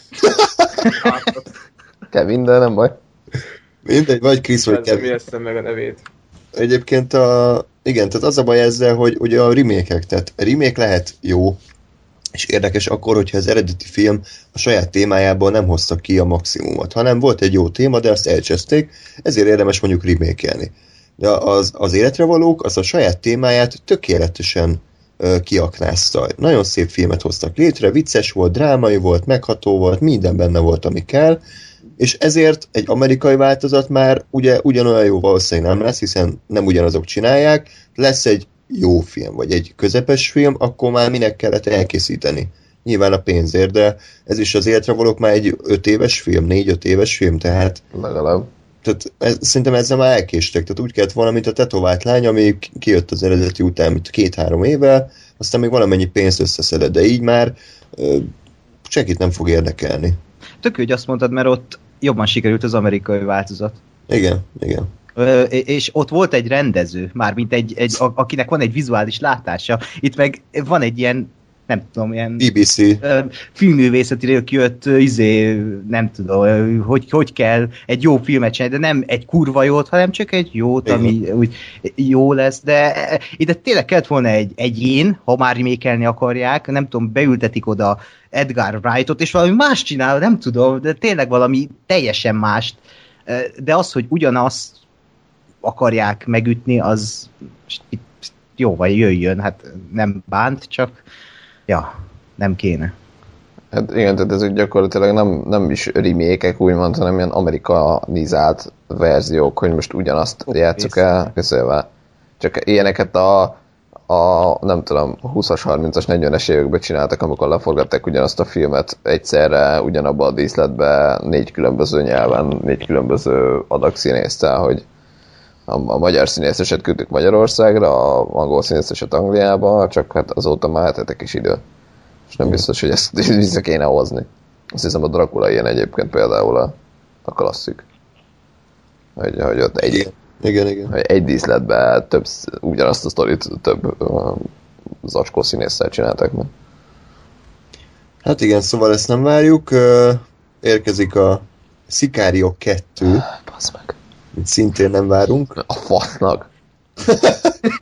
Kevin, de nem baj. Mindegy, vagy Chris, vagy Kevin. Mi eszem meg a nevét. Egyébként a... Igen, tehát az a baj ezzel, hogy ugye a remake-ek, tehát a remake lehet jó, és érdekes akkor, hogyha az eredeti film a saját témájából nem hozta ki a maximumot, hanem volt egy jó téma, de azt elcseszték, ezért érdemes mondjuk remake-elni. De az, az életre valók, az a saját témáját tökéletesen uh, kiaknázta. Nagyon szép filmet hoztak létre, vicces volt, drámai volt, megható volt, minden benne volt, ami kell, és ezért egy amerikai változat már ugye ugyanolyan jó valószínűleg nem lesz, hiszen nem ugyanazok csinálják, lesz egy jó film, vagy egy közepes film, akkor már minek kellett elkészíteni. Nyilván a pénzért, de ez is az életre valók már egy öt éves film, négy-öt éves film, tehát... Legalább. Tehát ez, szerintem ezzel már elkéstek, tehát úgy kellett valamit a tetovált lány, ami kijött az eredeti után, mint két-három évvel, aztán még valamennyi pénzt összeszedett, de így már ö, senkit nem fog érdekelni. Tök jó, hogy azt mondtad, mert ott jobban sikerült az amerikai változat. Igen, igen. Ö, és ott volt egy rendező, mármint egy, egy, akinek van egy vizuális látása. Itt meg van egy ilyen, nem tudom, ilyen... bé bé cé. Filmművészetiről kijött, izé, nem tudom, hogy, hogy kell egy jó filmet csinálni, de nem egy kurva jót, hanem csak egy jót, igen, ami úgy jó lesz, de ide tényleg kellett volna egy egyén, ha már remékelni akarják, nem tudom, beültetik oda Edgar Wrightot, és valami más csinál, nem tudom, de tényleg valami teljesen mást. De az, hogy ugyanazt akarják megütni, az jó, vagy jöjjön, hát nem bánt, csak ja, nem kéne. Hát igen, tehát ezek gyakorlatilag nem, nem is remake-ek, úgymond, hanem ilyen amerikanizált verziók, hogy most ugyanazt oh, játsszuk el, köszönve. Csak ilyeneket a, a nem tudom, húszas, harmincas, negyvenes években csináltak, amikor leforgatták ugyanazt a filmet egyszerre, ugyanabba a díszletbe, négy különböző nyelven, négy különböző adag színésztel, hogy a, a magyar színészeset küldtük Magyarországra, a angol színészeset Angliába, csak hát azóta már hetetek is idő. És nem biztos, hogy ezt vissza kéne hozni. Azt hiszem a Dracula ilyen egyébként például a, a klasszik. Hogy, hogy ott egy, igen, igen, igen. Hogy egy díszletben több, ugyanazt a sztorit több uh, zacskó színésszel csináltak meg. Hát igen, szóval ezt nem várjuk. Uh, érkezik a Sicario kettő. Basz meg. Szintén nem várunk. A fasznak.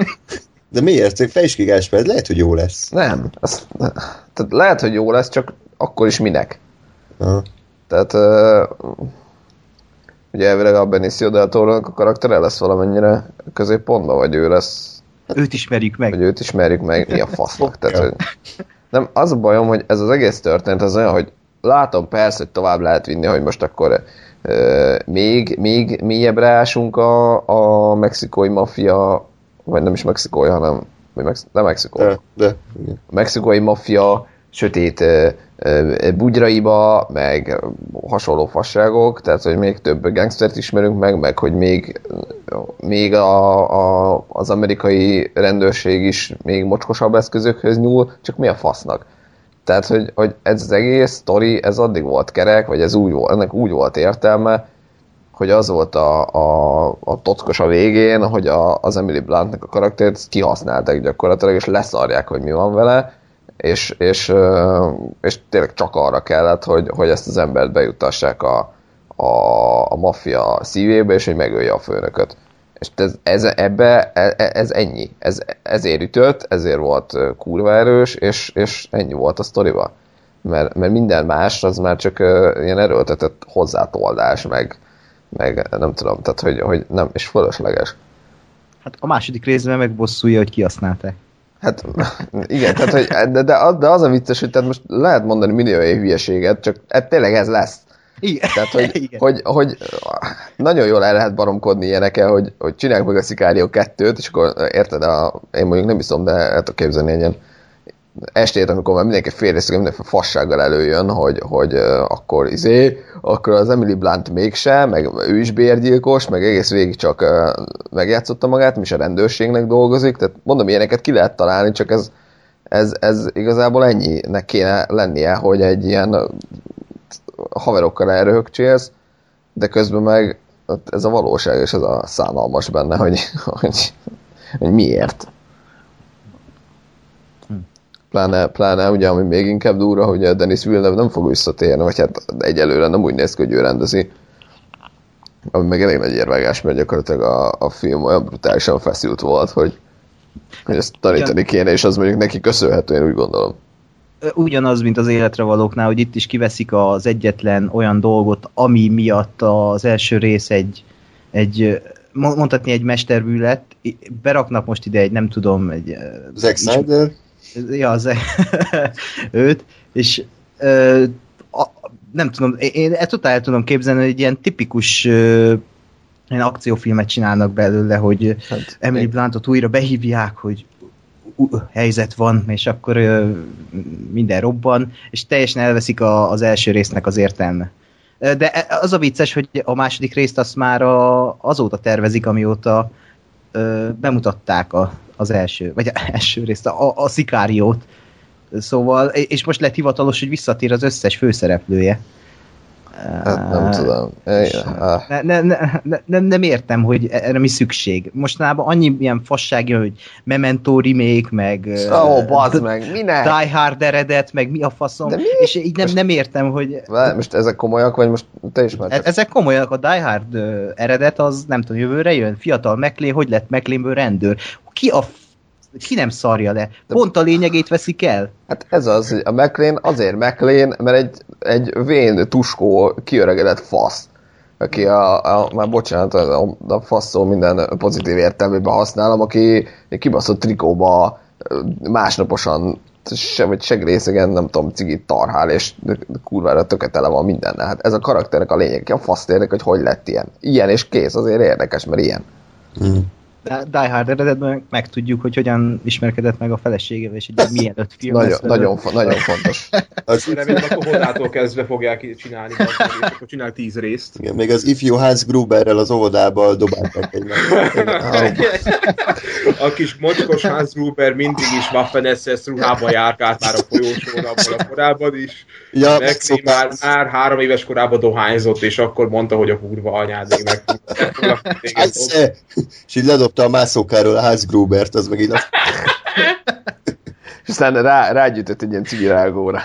De miért? Fejskigás, mert lehet, hogy jó lesz. Nem. Az, tehát lehet, hogy jó lesz, csak akkor is minek? Aha. Tehát uh, ugye elvileg a Benicio del Toro-nak a karaktere lesz valamennyire középpontban, vagy ő lesz... Őt ismerjük meg. Vagy őt ismerjük meg, mi a fasznak. Tehát, hogy nem, az a bajom, hogy ez az egész történet az olyan, hogy látom persze, hogy tovább lehet vinni, hogy most akkor uh, még, még mélyebbre ásunk a, a mexikói maffia, vagy nem is mexikói, hanem vagy Mex- nem mexikói. De, de. A mexikói maffia sötét uh, uh, bugyraiba, meg hasonló fasságok, tehát hogy még több gangstert ismerünk meg, meg hogy még, még a, a, az amerikai rendőrség is még mocskosabb eszközökhöz nyúl, csak mi a fasznak? Tehát, hogy, hogy ez az egész sztori, ez addig volt kerek, vagy ez úgy volt, ennek úgy volt értelme, hogy az volt a, a, a tockos a végén, hogy a, az Emily Bluntnak a karaktert kihasználták gyakorlatilag, és leszarják, hogy mi van vele, és, és, és tényleg csak arra kellett, hogy, hogy ezt az embert bejutassák a, a, a maffia szívébe, és hogy megölje a főnököt. És ez, ez, ebbe, ez ennyi. Ez, ezért ütött, ezért volt kurva erős, és, és ennyi volt a sztoriba. Mert, mert minden más, az már csak ilyen erőltetett hozzátoldás, meg, meg nem tudom, tehát hogy, hogy nem, és fölösleges. Hát a második részben megbosszulja, hogy kihasználták. Hát igen, tehát, hogy, de, de, az, de az a vicces, hogy tehát most lehet mondani millió év hülyeséget, csak hát tényleg ez lesz. Igen. Tehát, hogy, hogy, hogy nagyon jól el lehet baromkodni ilyenekkel, hogy, hogy csináljuk meg a Sicario kettőt, és akkor érted, a, én mondjuk nem iszom, de el tudok képzelni egy ilyen estét, amikor már mindenki félrészik, mindenféle fassággal előjön, hogy, hogy uh, akkor izé, akkor az Emily Blunt mégse, meg ő is bérgyilkos, meg egész végig csak uh, megjátszotta magát, mi is a rendőrségnek dolgozik, tehát mondom, ilyeneket ki lehet találni, csak ez, ez, ez igazából ennyinek kéne lennie, hogy egy ilyen haverokkal elröhögcsélsz, de közben meg ez a valóság, és ez a szánalmas benne, hogy, hogy, hogy miért. Pláne, pláne, ugye, ami még inkább durva, hogy Denis Villeneuve nem fog visszatérni, vagy hát egyelőre nem úgy néz ki, hogy ő rendezi. Ami meg elég nagy érvágás, mert gyakorlatilag a, a film olyan brutálisan feszült volt, hogy, hogy ezt tanítani kéne, és az mondjuk neki köszönhető, én úgy gondolom. Ugyanaz, mint az életre valóknál, hogy itt is kiveszik az egyetlen olyan dolgot, ami miatt az első rész egy, egy mondhatni egy mesterbű lett. Beraknak most ide egy, nem tudom, egy... Zack Snyder? Ja, az őt, és ö, a, nem tudom, én ezt el tudom képzelni, hogy egy ilyen tipikus ö, ilyen akciófilmet csinálnak belőle, hogy hát, Emily én... Bluntot újra behívják, hogy uh, helyzet van, és akkor ö, minden robban, és teljesen elveszik a, az első résznek az értelme. De az a vicces, hogy a második részt azt már a, azóta tervezik, amióta ö, bemutatták a az első, vagy első részt, a, a Sicariót. Szóval, és most lett hivatalos, hogy visszatér az összes főszereplője. Hát nem tudom. Ne, ne, ne, ne, nem, nem értem, hogy erre mi szükség. Mostanában annyi ilyen fasság jön, hogy Memento remake, meg ó, oh, bazd meg, minek? Die Hard eredet, meg mi a faszom, és így nem, nem értem, hogy... Most ezek komolyak, vagy most te is már csak... Ezek komolyak, a Die Hard eredet, az nem tudom, jövőre jön, fiatal McLean, hogy lett McLeanből rendőr? Ki a ki nem szarja le? Pont a lényegét veszik el. Hát ez az, hogy a McLean azért McLean, mert egy, egy vén, tuskó, kiöregedett fasz, aki a, a már bocsánat, a, a fasz szó minden pozitív értelmében használom, aki egy kibaszott trikóba másnaposan se, vagy segrészegen, nem tudom, cigit tarhál, és kurvára töketele van mindennel. Hát ez a karakternek a lényeg. A fasz érdekel, hogy hogy lett ilyen. Ilyen és kész, azért érdekes, mert ilyen. Mm. Die Hard eredetben megtudjuk, hogy hogyan ismerkedett meg a feleségével, és egy milyen öt film nagyon, nagyon, fo- nagyon fontos. Remélem, akkor hozától kezdve fogják csinálni, és akkor csinál tíz részt. Igen, még az ifjú Hans Gruberrel az óvodába dobálták egymást. A kis mocskos Hans Gruber mindig is Waffen es es ruhába járkált már a folyósón, abban a korában is. Ja, McLean már, már három éves korában dohányzott, és akkor mondta, hogy a kurva anyád még meg. És így ledobta a mászókáról a Hans Grubert, az meg így azt... És aztán rá, rágyűjtött egy ilyen cigirágóra.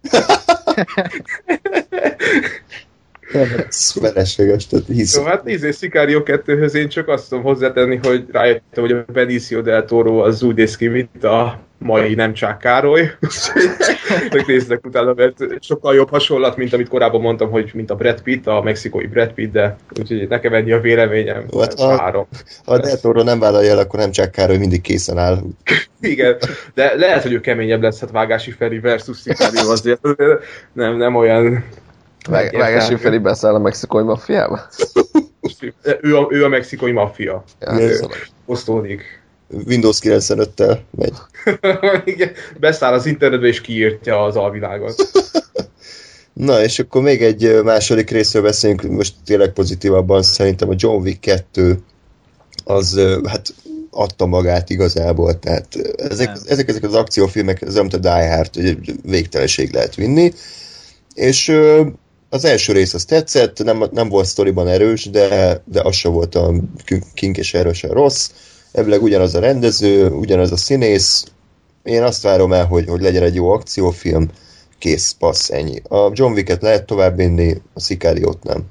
Ez felesleges, tehát hiszem. Jó, hát nézzél, Sicario kettőhöz én csak azt tudom hozzátenni, hogy rájöttem, hogy a Benicio del Toro az úgy néz ki, mint a mai nem Csák Károly. Úgyhogy nézzenek utána, mert sokkal jobb hasonlat, mint amit korábban mondtam, hogy mint a Brad Pitt, a mexikói Brad Pitt, de úgyhogy nekem ennyi a véleményem. Hát, ha a Del Toro nem vállalja el, akkor nem Csák Károly mindig készen áll. Igen, de lehet, hogy ő keményebb lesz, hát Vágási Feri versus Sicario azért nem, nem olyan... Vág, Vágási Feri beszáll a mexikói maffiába? ő, a, ő a mexikói maffia. Ja, osztódik. Windows kilencvenöttel megy. Igen, beszáll az internetbe és kiírtja az alvilágot. Na, és akkor még egy második részről beszéljünk, most tényleg pozitívabban, szerintem a John Wick kettő az hát adta magát igazából, tehát ezek, ezek, ezek az akciófilmek, ez nem a Die Hard, hogy végtelenség lehet vinni, és az első rész az tetszett, nem, nem volt sztoriban erős, de, de az se volt a kinkes erősen rossz, ebből ugyanaz a rendező, ugyanaz a színész, én azt várom el, hogy, hogy legyen egy jó akciófilm, kész, passz, ennyi. A John Wicket lehet továbbvinni, a Sicariót nem.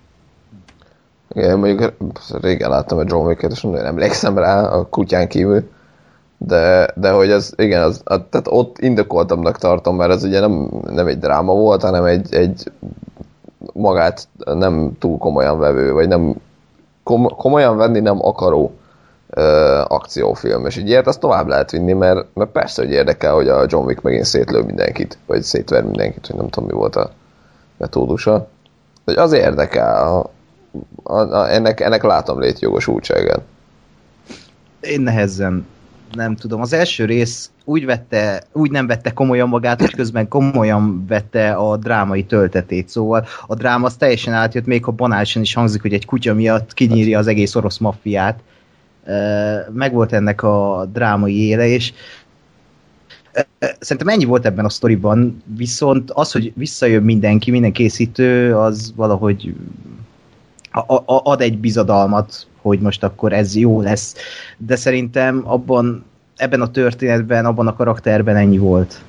Igen, mondjuk régen láttam a John Wicket, és nem emlékszem rá a kutyán kívül, de, de hogy ez, igen, az, tehát ott indokoltabbnak tartom, mert ez ugye nem, nem egy dráma volt, hanem egy, egy magát nem túl komolyan vevő, vagy nem kom, komolyan venni nem akaró ö, akciófilm, és így ilyet azt tovább lehet vinni, mert, mert persze, hogy érdekel, hogy a John Wick megint szétlő mindenkit, vagy szétver mindenkit, hogy nem tudom, mi volt a metódusa. De az érdekel, a, a, a, ennek, ennek látom létjogosultságát. Én nehezen nem tudom. Az első rész úgy vette, úgy nem vette komolyan magát, hogy közben komolyan vette a drámai töltetét. Szóval a dráma az teljesen átjött, még ha banálisan is hangzik, hogy egy kutya miatt kinyírja az egész orosz maffiát. Megvolt ennek a drámai éle, és szerintem ennyi volt ebben a sztoriban, viszont az, hogy visszajön mindenki, minden készítő, az valahogy ad egy bizadalmat, hogy most akkor ez jó lesz. De szerintem abban, ebben a történetben, abban a karakterben ennyi volt.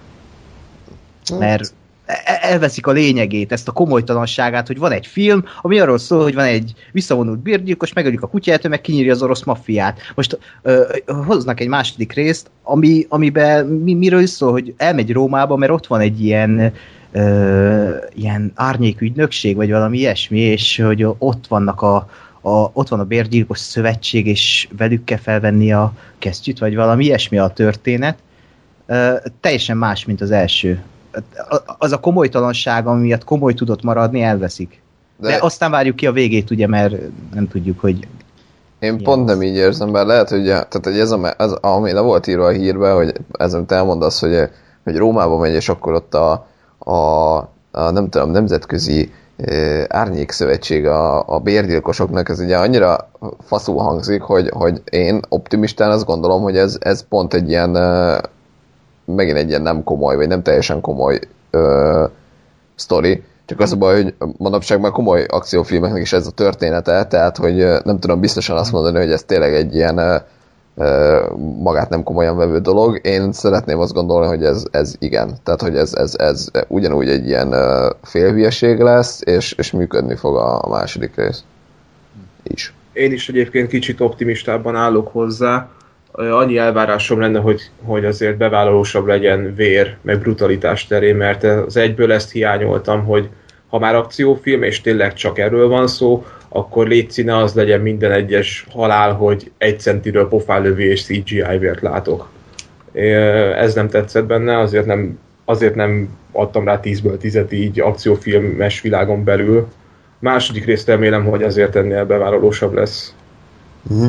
Mert elveszik a lényegét, ezt a komolytalanságát, hogy van egy film, ami arról szól, hogy van egy visszavonult bérgyilkos, megölik a kutyát, ő meg kinyírja az orosz maffiát. Most ö, hoznak egy második részt, ami, amiben mi, miről is szól, hogy elmegy Rómába, mert ott van egy ilyen ö, ilyen árnyékügynökség, vagy valami ilyesmi, és hogy ott vannak a, a ott van a bérgyilkos szövetség, és velük kell felvenni a kesztyűt, vagy valami ilyesmi a történet. Ö, teljesen más, mint az első. Az a komolytalanság, ami miatt komoly tudott maradni, elveszik. De, De aztán várjuk ki a végét, ugye, mert nem tudjuk, hogy... Én pont nem így érzem, mert lehet, hogy, tehát, hogy ez, a, ez ami le volt írva a hírben, hogy ez, amit elmondasz, hogy, hogy Rómába megy, és akkor ott a, a, a nem tudom, nemzetközi e, árnyékszövetség a, a bérgyilkosoknak, ez ugye annyira faszul hangzik, hogy, hogy én optimistán azt gondolom, hogy ez, ez pont egy ilyen e, megint egy ilyen nem komoly, vagy nem teljesen komoly ö, sztori. Csak az a baj, hogy manapság már komoly akciófilmeknek is ez a története, tehát, hogy nem tudom biztosan azt mondani, hogy ez tényleg egy ilyen ö, ö, magát nem komolyan vevő dolog. Én szeretném azt gondolni, hogy ez, ez igen. Tehát, hogy ez, ez, ez ugyanúgy egy ilyen ö, félhülyeség lesz, és, és működni fog a, a második rész is. Én is egyébként kicsit optimistában állok hozzá. Annyi elvárásom lenne, hogy, hogy azért bevállalósabb legyen vér, meg brutalitás terén, mert az egyből ezt hiányoltam, hogy ha már akciófilm, és tényleg csak erről van szó, akkor légy ne az legyen minden egyes halál, hogy egy centiről pofálövi és cé gé í-vért látok. Ez nem tetszett benne, azért nem, azért nem adtam rá tízből tízet így akciófilmes világon belül. Második részt remélem, hogy azért ennél bevállalósabb lesz. Mm.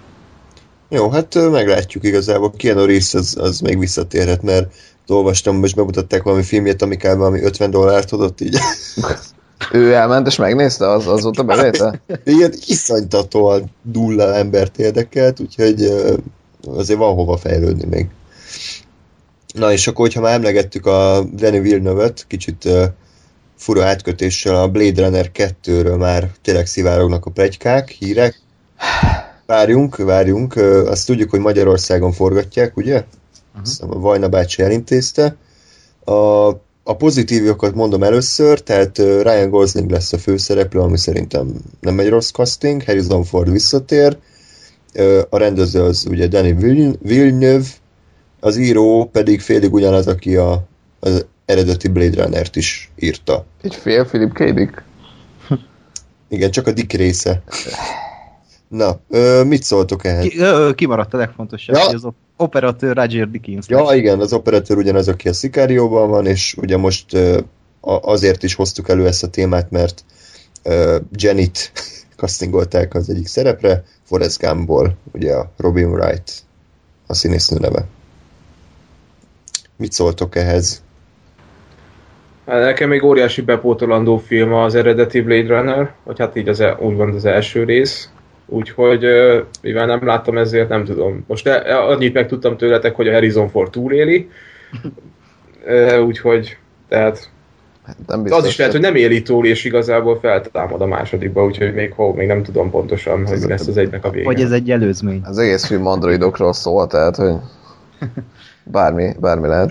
Jó, hát meglátjuk igazából. Keanu Reeves az, az még visszatérhet, mert olvastam, most bemutatták valami filmjét, ami kb. Valami ötven dollárt adott így. Ő elment és megnézte? Az, az volt a bevétel? Igen, iszonytatóan dullal embert érdekelt, úgyhogy azért van hova fejlődni még. Na és akkor, hogyha már emlegettük a Denis Villeneuve-öt, kicsit fura átkötéssel a Blade Runner kettőről már tényleg szivárognak a pletykák, hírek. Várjunk, várjunk. Azt tudjuk, hogy Magyarországon forgatják, ugye? Uh-huh. A Vajna bácsi elintézte. A, a pozitívokat mondom először, tehát Ryan Gosling lesz a főszereplő, ami szerintem nem egy rossz casting. Harrison Ford visszatér. A rendező az ugye Denis Villeneuve. az író pedig félig ugyanaz, aki a, az eredeti Blade Runnert is írta. Egy fél Philip K. Dick? Igen, csak a Dick része. Na, ö, mit szóltok ehhez? Ki, ö, kimaradt a legfontosabb, Ja. hogy az operatőr Roger Dickens. Ja, igen, az operatőr ugyanaz, aki a Sicario-ban van, és ugye most ö, a, azért is hoztuk elő ezt a témát, mert ö, Janet castingolták az egyik szerepre, Forrest Gumpból, ugye a Robin Wright a színésznő neve. Mit szóltok ehhez? Hát nekem még óriási bepótolandó film az eredeti Blade Runner, vagy hát így az el, úgymond az első rész. Úgyhogy, mivel nem láttam, ezért nem tudom. Most e, annyit megtudtam tőletek, hogy a Harrison Ford túléli. Úgyhogy, tehát Nem biztos, az is lehet, hogy nem éli túl, és igazából feltámad a másodikba, úgyhogy még, hó, még nem tudom pontosan, hogy mi lesz az egynek a vége. Vagy ez egy előzmény. Az egész film androidokról szól, tehát, hogy bármi, bármi lehet.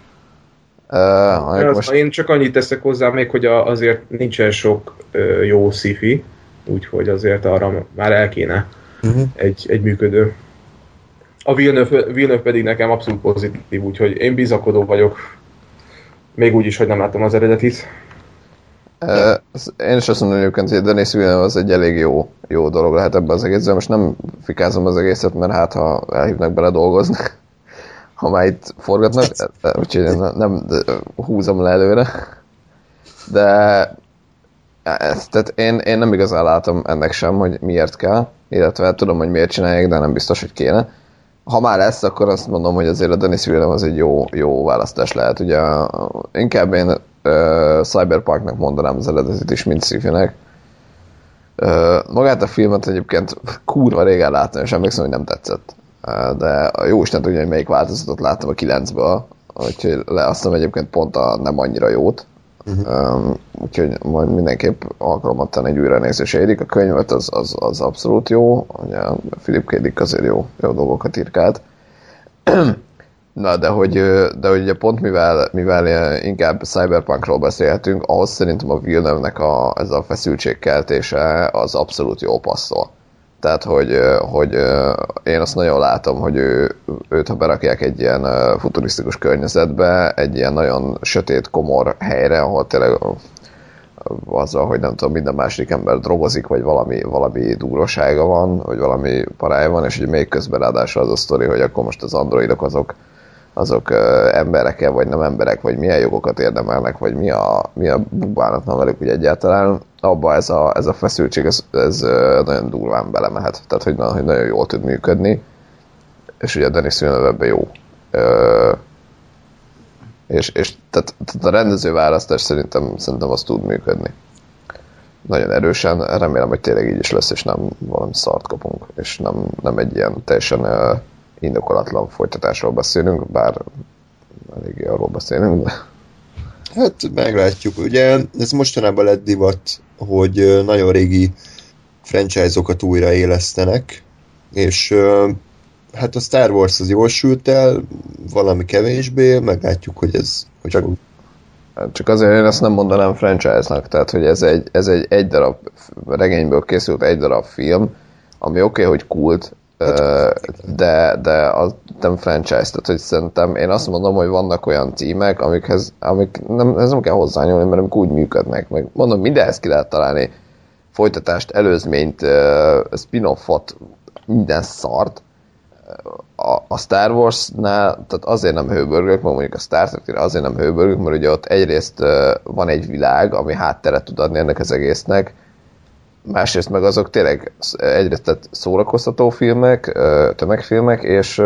Uh, Az, most... Én csak annyit teszek hozzá még, hogy a, azért nincsen sok ö, jó sci-fi, úgyhogy azért arra már el kéne Uh-huh. egy, egy működő. A Villeneuve, Villeneuve pedig nekem abszolút pozitív, úgyhogy én bizakodó vagyok. Még úgy is, hogy nem láttam az eredetit. Uh, én is azt mondom egyébként, hogy Denis Villeneuve az egy elég jó, jó dolog lehet ebben az egészben. Most nem fikázom az egészet, mert hát ha elhívnak bele dolgozni, ha már itt forgatnak, úgyhogy nem, nem húzom le előre. De ezt, tehát én, én nem igazán látom ennek sem, hogy miért kell, illetve tudom, hogy miért csinálják, de nem biztos, hogy kéne. Ha már lesz, akkor azt mondom, hogy azért a Denis Villeneuve az egy jó, jó választás lehet. Ugye inkább én uh, Cyberpunknak mondanám az eredetit is, mint sci-finek. Uh, magát a filmet egyébként kurva régen láttam, és emlékszem, hogy nem tetszett. Uh, de jó Isten tudja, hogy melyik változatot láttam a kilencből, úgyhogy leasztam egyébként pont a nem annyira jót. Uh-huh. Um, úgyhogy majd mindenképp alkalmatlan egy újranézés érik. A könyvet az, az, az abszolút jó, ugye Philip K. Dick azért jó, jó dolgokat írkált. Na, de hogy, de hogy ugye pont mivel, mivel inkább Cyberpunkról beszélhetünk, ahhoz szerintem a Villeneuve-nek a, ez a feszültségkeltése az abszolút jó passzol. Tehát, hogy, hogy én azt nagyon látom, hogy ő, őt, ha berakják egy ilyen futurisztikus környezetbe, egy ilyen nagyon sötét, komor helyre, ahol tényleg azzal, hogy nem tudom, minden második ember drogozik, vagy valami, valami durvasága van, vagy valami parája van, és ugye még közben ráadásul az a sztori, hogy akkor most az androidok azok, azok emberek-e, vagy nem emberek, vagy milyen jogokat érdemelnek, vagy mi a, mi a bubánatlan velük úgy egyáltalán, abba ez a, ez a feszültség, ez, ez nagyon durván belemehet. Tehát, hogy, hogy nagyon jól tud működni, és ugye a Denis Villeneuve ebben jó. Ö, és és tehát, tehát a rendező választás szerintem, szerintem az tud működni. Nagyon erősen, remélem, hogy tényleg így is lesz, és nem valami szart kapunk, és nem, nem egy ilyen teljesen uh, indokolatlan folytatásról beszélünk, bár eléggé arról beszélünk, de... Hát meglátjuk. Ugye ez mostanában lett divat, hogy nagyon régi franchise-okat újraélesztenek, és hát a Star Wars az jól sült el, valami kevésbé, meglátjuk, hogy ez hogy csak, csak azért én ezt nem mondanám franchise-nak, tehát hogy ez egy, ez egy egy darab regényből készült egy darab film, ami oké, okay, hogy kult, de, de az nem franchise, tehát hogy szerintem én azt mondom, hogy vannak olyan címek, amikhez, amik nem, ez nem kell hozzányúlni, mert amik úgy működnek, meg mondom, mindenhez ki lehet találni folytatást, előzményt, spin-offot, minden szart. A, a Star Wars-nál, tehát azért nem hőbörgök, meg mondjuk a Star Trek-re azért nem hőbörgök, mert ugye ott egyrészt van egy világ, ami hátteret tud adni ennek az egésznek, másrészt meg azok tényleg egyrészt tehát szórakoztató filmek, tömegfilmek, és,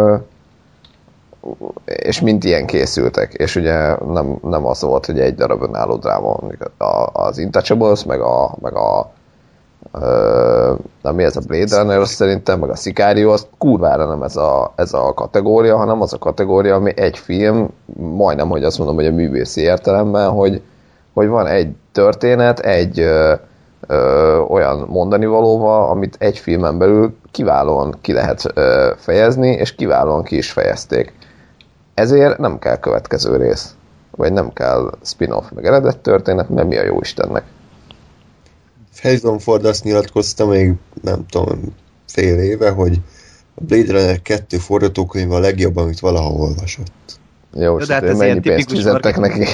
és mind ilyen készültek. És ugye nem, nem az volt, hogy egy darab önálló dráma, az Intouchables, meg a, meg a na mi ez a Blade Runner, azt szerintem, meg a Sicario, az kurvára nem ez a, ez a kategória, hanem az a kategória, ami egy film, majdnem, hogy azt mondom, hogy a művészi értelemben, hogy, hogy van egy történet, egy ö, ö, olyan mondani valóval, amit egy filmen belül kiválóan ki lehet ö, fejezni, és kiválóan ki is fejezték. Ezért nem kell következő rész, vagy nem kell spin-off, meg eredet történet, mert mi a jó Istennek. Harrison Ford azt nyilatkozta még, nem tudom, fél éve, hogy a A Blade Runner kettő forgatókönyv a legjobb, amit valaha olvasott. Jó, és hát mennyi pénzt fizettek neki?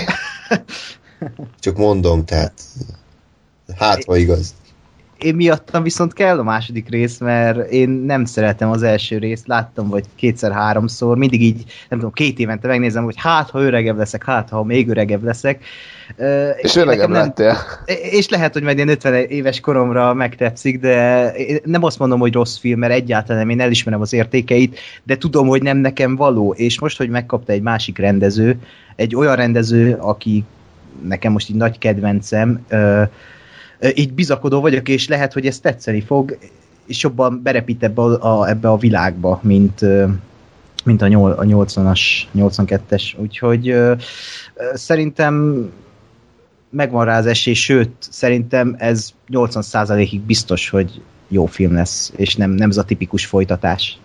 Csak mondom, tehát hát, ha igaz. Én miattam viszont kell a második rész, mert én nem szeretem az első részt, láttam vagy kétszer-háromszor, mindig így, nem tudom, két évente megnézem, hogy hát, ha öregebb leszek, hát, ha még öregebb leszek. És öregebb nem, lettél. És lehet, hogy majd én ötven éves koromra megtetszik, de nem azt mondom, hogy rossz film, mert egyáltalán nem, én elismerem az értékeit, de tudom, hogy nem nekem való, és most, hogy megkapta egy másik rendező, egy olyan rendező, aki nekem most így nagy kedvencem, így bizakodó vagyok, és lehet, hogy ez tetszeni fog, és jobban berepít ebbe a, a, ebbe a világba, mint, mint a, nyol, a nyolcvanas, nyolcvankettes. Úgyhogy ö, szerintem megvan rá az esély, sőt, szerintem ez nyolcvan százalékig biztos, hogy jó film lesz, és nem, nem ez a tipikus folytatás.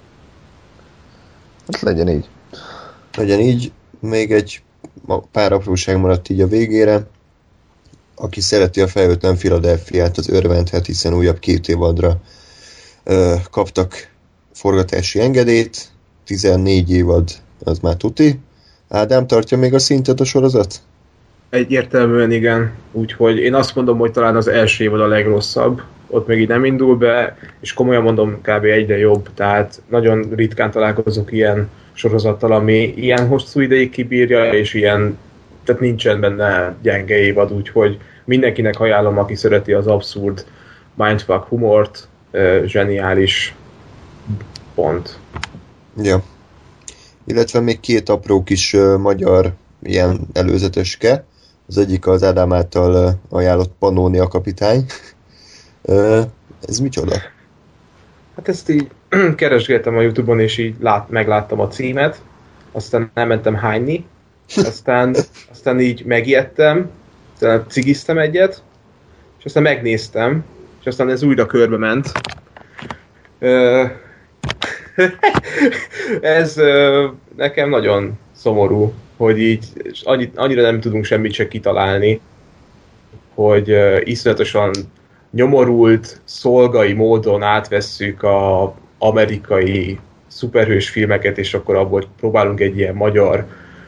Hát legyen így. Legyen így. Még egy pár apróság maradt így a végére. Aki szereti a Felhőtlen Philadelphiát, az örvendhet, hiszen újabb két évadra ö, kaptak forgatási engedélyt. tizennégy évad, az már tuti. Ádám, tartja még a szintet a sorozat? Egyértelműen igen. Úgyhogy én azt mondom, hogy talán az első évad a legrosszabb. Ott még így nem indul be, és komolyan mondom, kb. Egyre jobb. Tehát nagyon ritkán találkozok ilyen sorozattal, ami ilyen hosszú ideig kibírja, és ilyen, tehát nincsen benne gyenge évad, úgyhogy mindenkinek ajánlom, aki szereti az abszurd mindfuck humort, zseniális pont. Ja. Illetve még két apró kis uh, magyar ilyen előzeteske. Az egyik az Ádám által uh, ajánlott Pannónia kapitány. uh, ez micsoda? Hát ezt így keresgéltem a YouTube-on, és így lát, megláttam a címet, aztán elmentem hányni, aztán, aztán így megijedtem, aztán cigiztem egyet, és aztán megnéztem, és aztán ez újra körbe ment. Uh, ez uh, nekem nagyon szomorú, hogy így annyit, annyira nem tudunk semmit se kitalálni, hogy uh, iszonyatosan nyomorult, szolgai módon átvesszük a amerikai szuperhős filmeket, és akkor abból próbálunk egy ilyen magyar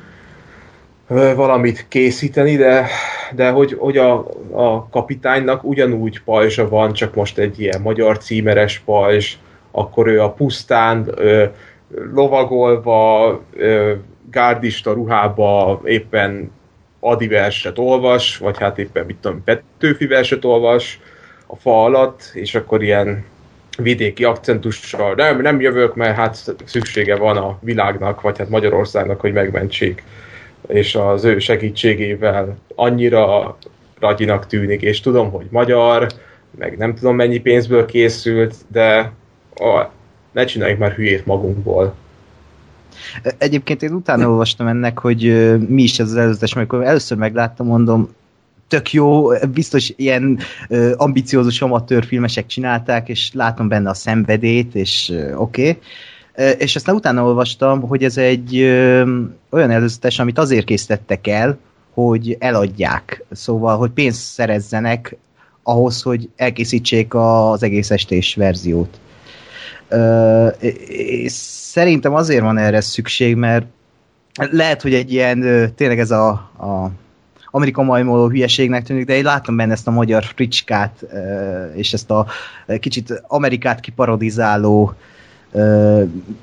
uh, valamit készíteni, de, de hogy, hogy a, a kapitánynak ugyanúgy pajzsa van, csak most egy ilyen magyar címeres pajzs, akkor ő a pusztán ö, lovagolva, ö, gárdista ruhába éppen Adi verset olvas, vagy hát éppen mit tudom, Petőfi verset olvas a fa alatt, és akkor ilyen vidéki akcentussal nem, nem jövök, mert hát szüksége van a világnak, vagy hát Magyarországnak, hogy megmentsék. És az ő segítségével annyira ragyinak tűnik, és tudom, hogy magyar, meg nem tudom mennyi pénzből készült, de Oh, ne csináljuk már hülyét magunkból. Egyébként én utána olvastam ennek, hogy uh, mi is ez az előzetes, mert amikor először megláttam, mondom, tök jó, biztos ilyen uh, ambiciózus amatőrfilmesek csinálták, és látom benne a szenvedélyt, és uh, oké. Okay. Uh, és aztán utána olvastam, hogy ez egy uh, olyan előzetes, amit azért készítettek el, hogy eladják. Szóval, hogy pénzt szerezzenek ahhoz, hogy elkészítsék az egész estés verziót. Uh, és szerintem azért van erre szükség, mert lehet, hogy egy ilyen, uh, tényleg ez a, a Amerika majmoló hülyeségnek tűnik, de én láttam benne ezt a magyar fricskát, uh, és ezt a kicsit Amerikát kiparodizáló uh,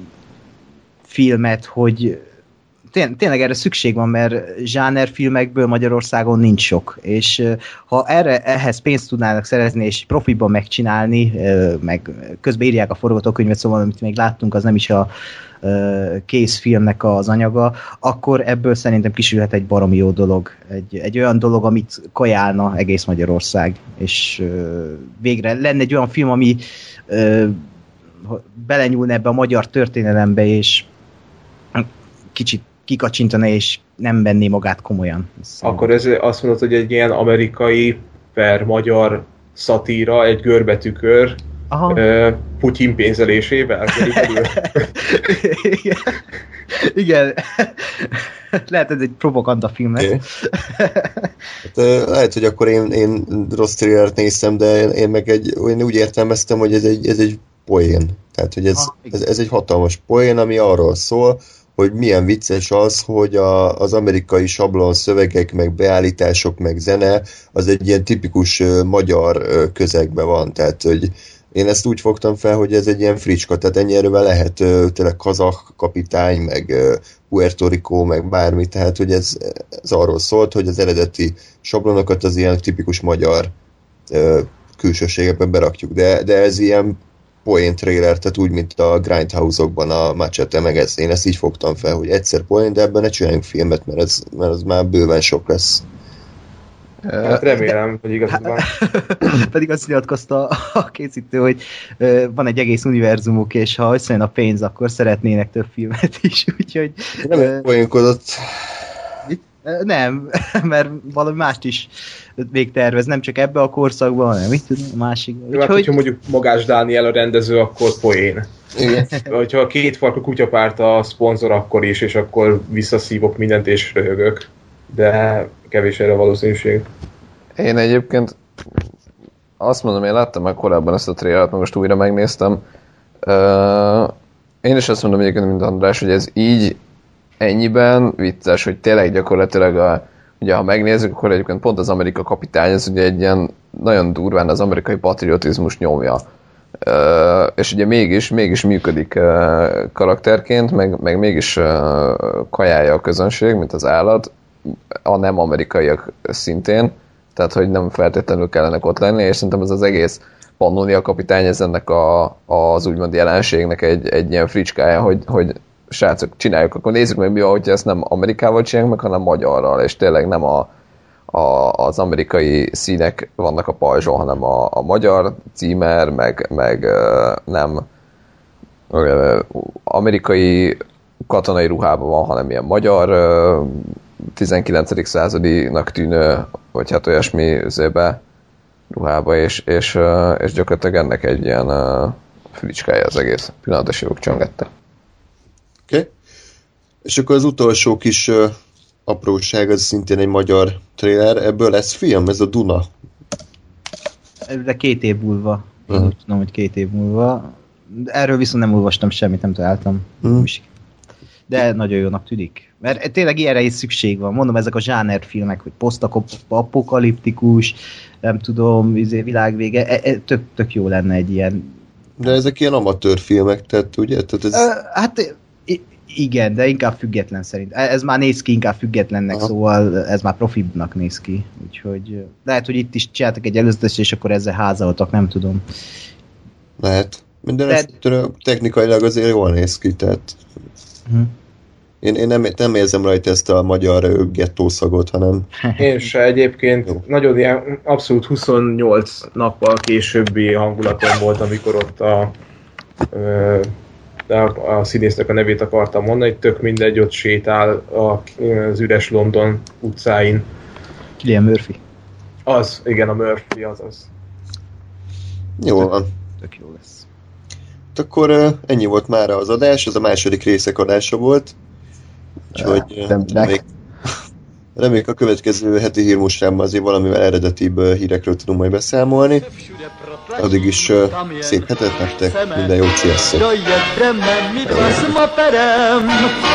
filmet, hogy tényleg erre szükség van, mert zsánerfilmekből Magyarországon nincs sok, és ha erre, ehhez pénzt tudnának szerezni, és profiban megcsinálni, meg közben írják a forgatókönyvet, szóval amit még láttunk, az nem is a kész filmnek az anyaga, akkor ebből szerintem kisülhet egy baromi jó dolog. Egy, egy olyan dolog, amit kajálna egész Magyarország, és végre lenne egy olyan film, ami belenyúlna ebbe a magyar történelembe, és kicsit kikacsintana, és nem venné magát komolyan. Akkor ez azt mondod, hogy egy ilyen amerikai per magyar szatíra, egy görbetükör uh, Putyin pénzelésével? Igen. Igen. Lehet, ez egy propaganda film lesz. Okay. Hát, lehet, hogy akkor én, én rossz thrillert néztem, de én, én meg egy, én úgy értelmeztem, hogy ez egy, ez egy poén. Tehát, hogy ez, Ah, igen. ez, ez egy hatalmas poén, ami arról szól, hogy milyen vicces az, hogy a, az amerikai sablon szövegek, meg beállítások, meg zene, az egy ilyen tipikus uh, magyar uh, közegben van. Tehát, hogy én ezt úgy fogtam fel, hogy ez egy ilyen fricska, tehát ennyi erővel lehet uh, tényleg kazah kapitány, meg uh, Puerto Rico, meg bármi, tehát hogy ez, ez arról szólt, hogy az eredeti sablonokat az ilyen tipikus magyar uh, külsőségekben berakjuk, de, de ez ilyen poén trailer, tehát úgy, mint a Grindhouse-okban a Machete, meg ez. Én ezt így fogtam fel, hogy egyszer poén, de ebben ne csináljunk filmet, mert ez, mert ez már bőven sok lesz. Hát remélem, hogy igazad van. Pedig azt nyilatkozta a készítő, hogy ö, van egy egész univerzumuk, és ha összejön a pénz, akkor szeretnének több filmet is, úgyhogy... Nem ö, poénkodott. ö, nem, mert valami mást is végtervez, nem csak ebbe a korszakban, hanem mit tudom, a másik. Jó, hát, hogyha mondjuk Magás Dániel a rendező, akkor poén. Igen. Hogyha a két farkú kutyapárt a szponzor, akkor is, és akkor visszaszívok mindent és röhögök. De kevés erre a valószínűség. Én egyébként azt mondom, én láttam már korábban ezt a trailert, meg most újra megnéztem. Uh, én is azt mondom egyébként, mint András, hogy ez így ennyiben vicces, hogy tényleg gyakorlatilag a, ugye ha megnézzük, akkor egyébként pont az Amerika kapitány, ez ugye egy ilyen nagyon durván az amerikai patriotizmus nyomja. Uh, és ugye mégis, mégis működik uh, karakterként, meg, meg mégis uh, kajálja a közönség, mint az állat, a nem amerikaiak szintén, tehát hogy nem feltétlenül kellenek ott lenni, és szerintem ez az egész Pannonia kapitány, ez ennek a, az úgymond jelenségnek egy, egy ilyen fricskája, hogy, hogy srácok, csináljuk, akkor nézzük meg mi van, hogyha ezt nem Amerikával csináljuk meg, hanem magyarral, és tényleg nem a, a, az amerikai színek vannak a pajzson, hanem a, a magyar címer, meg, meg nem amerikai katonai ruhában van, hanem ilyen magyar tizenkilencedik századinak tűnő, vagy hát olyasmi zébe ruhába, és, és, és gyakorlatilag ennek egy ilyen uh, fricskája az egész. Pillanatos jövök csöngette. Oké. Okay. És akkor az utolsó kis uh, apróság, az szintén egy magyar trailer, ebből lesz film, ez a Duna. De két év múlva. Én Uh-huh. úgy tudom, hogy két év múlva. Erről viszont nem olvastam semmit, nem találtam. Uh-huh. De nagyon jónak tűnik. Mert tényleg ilyenre is szükség van. Mondom, ezek a zsánerfilmek, hogy posztapokaliptikus, nem tudom, világvége, e, e, tök, tök jó lenne egy ilyen. De ezek ilyen amatőr filmek, tehát ugye? Tehát ez... Uh, hát igen, de inkább független szerint. Ez már néz ki inkább függetlennek, Aha. Szóval ez már profibbnak néz ki. Úgyhogy lehet, hogy itt is csináltak egy előzetes, és akkor ezzel házaltak, nem tudom. Lehet. Minden De... esetre technikailag azért jól néz ki, tehát... Hm. Én, én nem, nem érzem rajta ezt a magyar gettószagot, hanem... Én se egyébként Jó. nagyon ilyen abszolút huszonnyolc nappal későbbi hangulatom volt, amikor ott a, ö, de a, a színésznek a nevét akartam mondani, tök mindegy, ott sétál a, az üres London utcáin. Cillian Murphy. Az, igen, a Murphy, az az. Jól van. Tök jó lesz. Akkor uh, ennyi volt már az adás, ez a második részek adása volt. Úgyhogy uh, reméljük, reméljük a következő heti hírmustrámban azért valamivel eredetibb uh, hírekről tudunk majd beszámolni. Addig is uh, szép hetet nektek, minden jót, sziasztok! Dojedeme my dva s motorem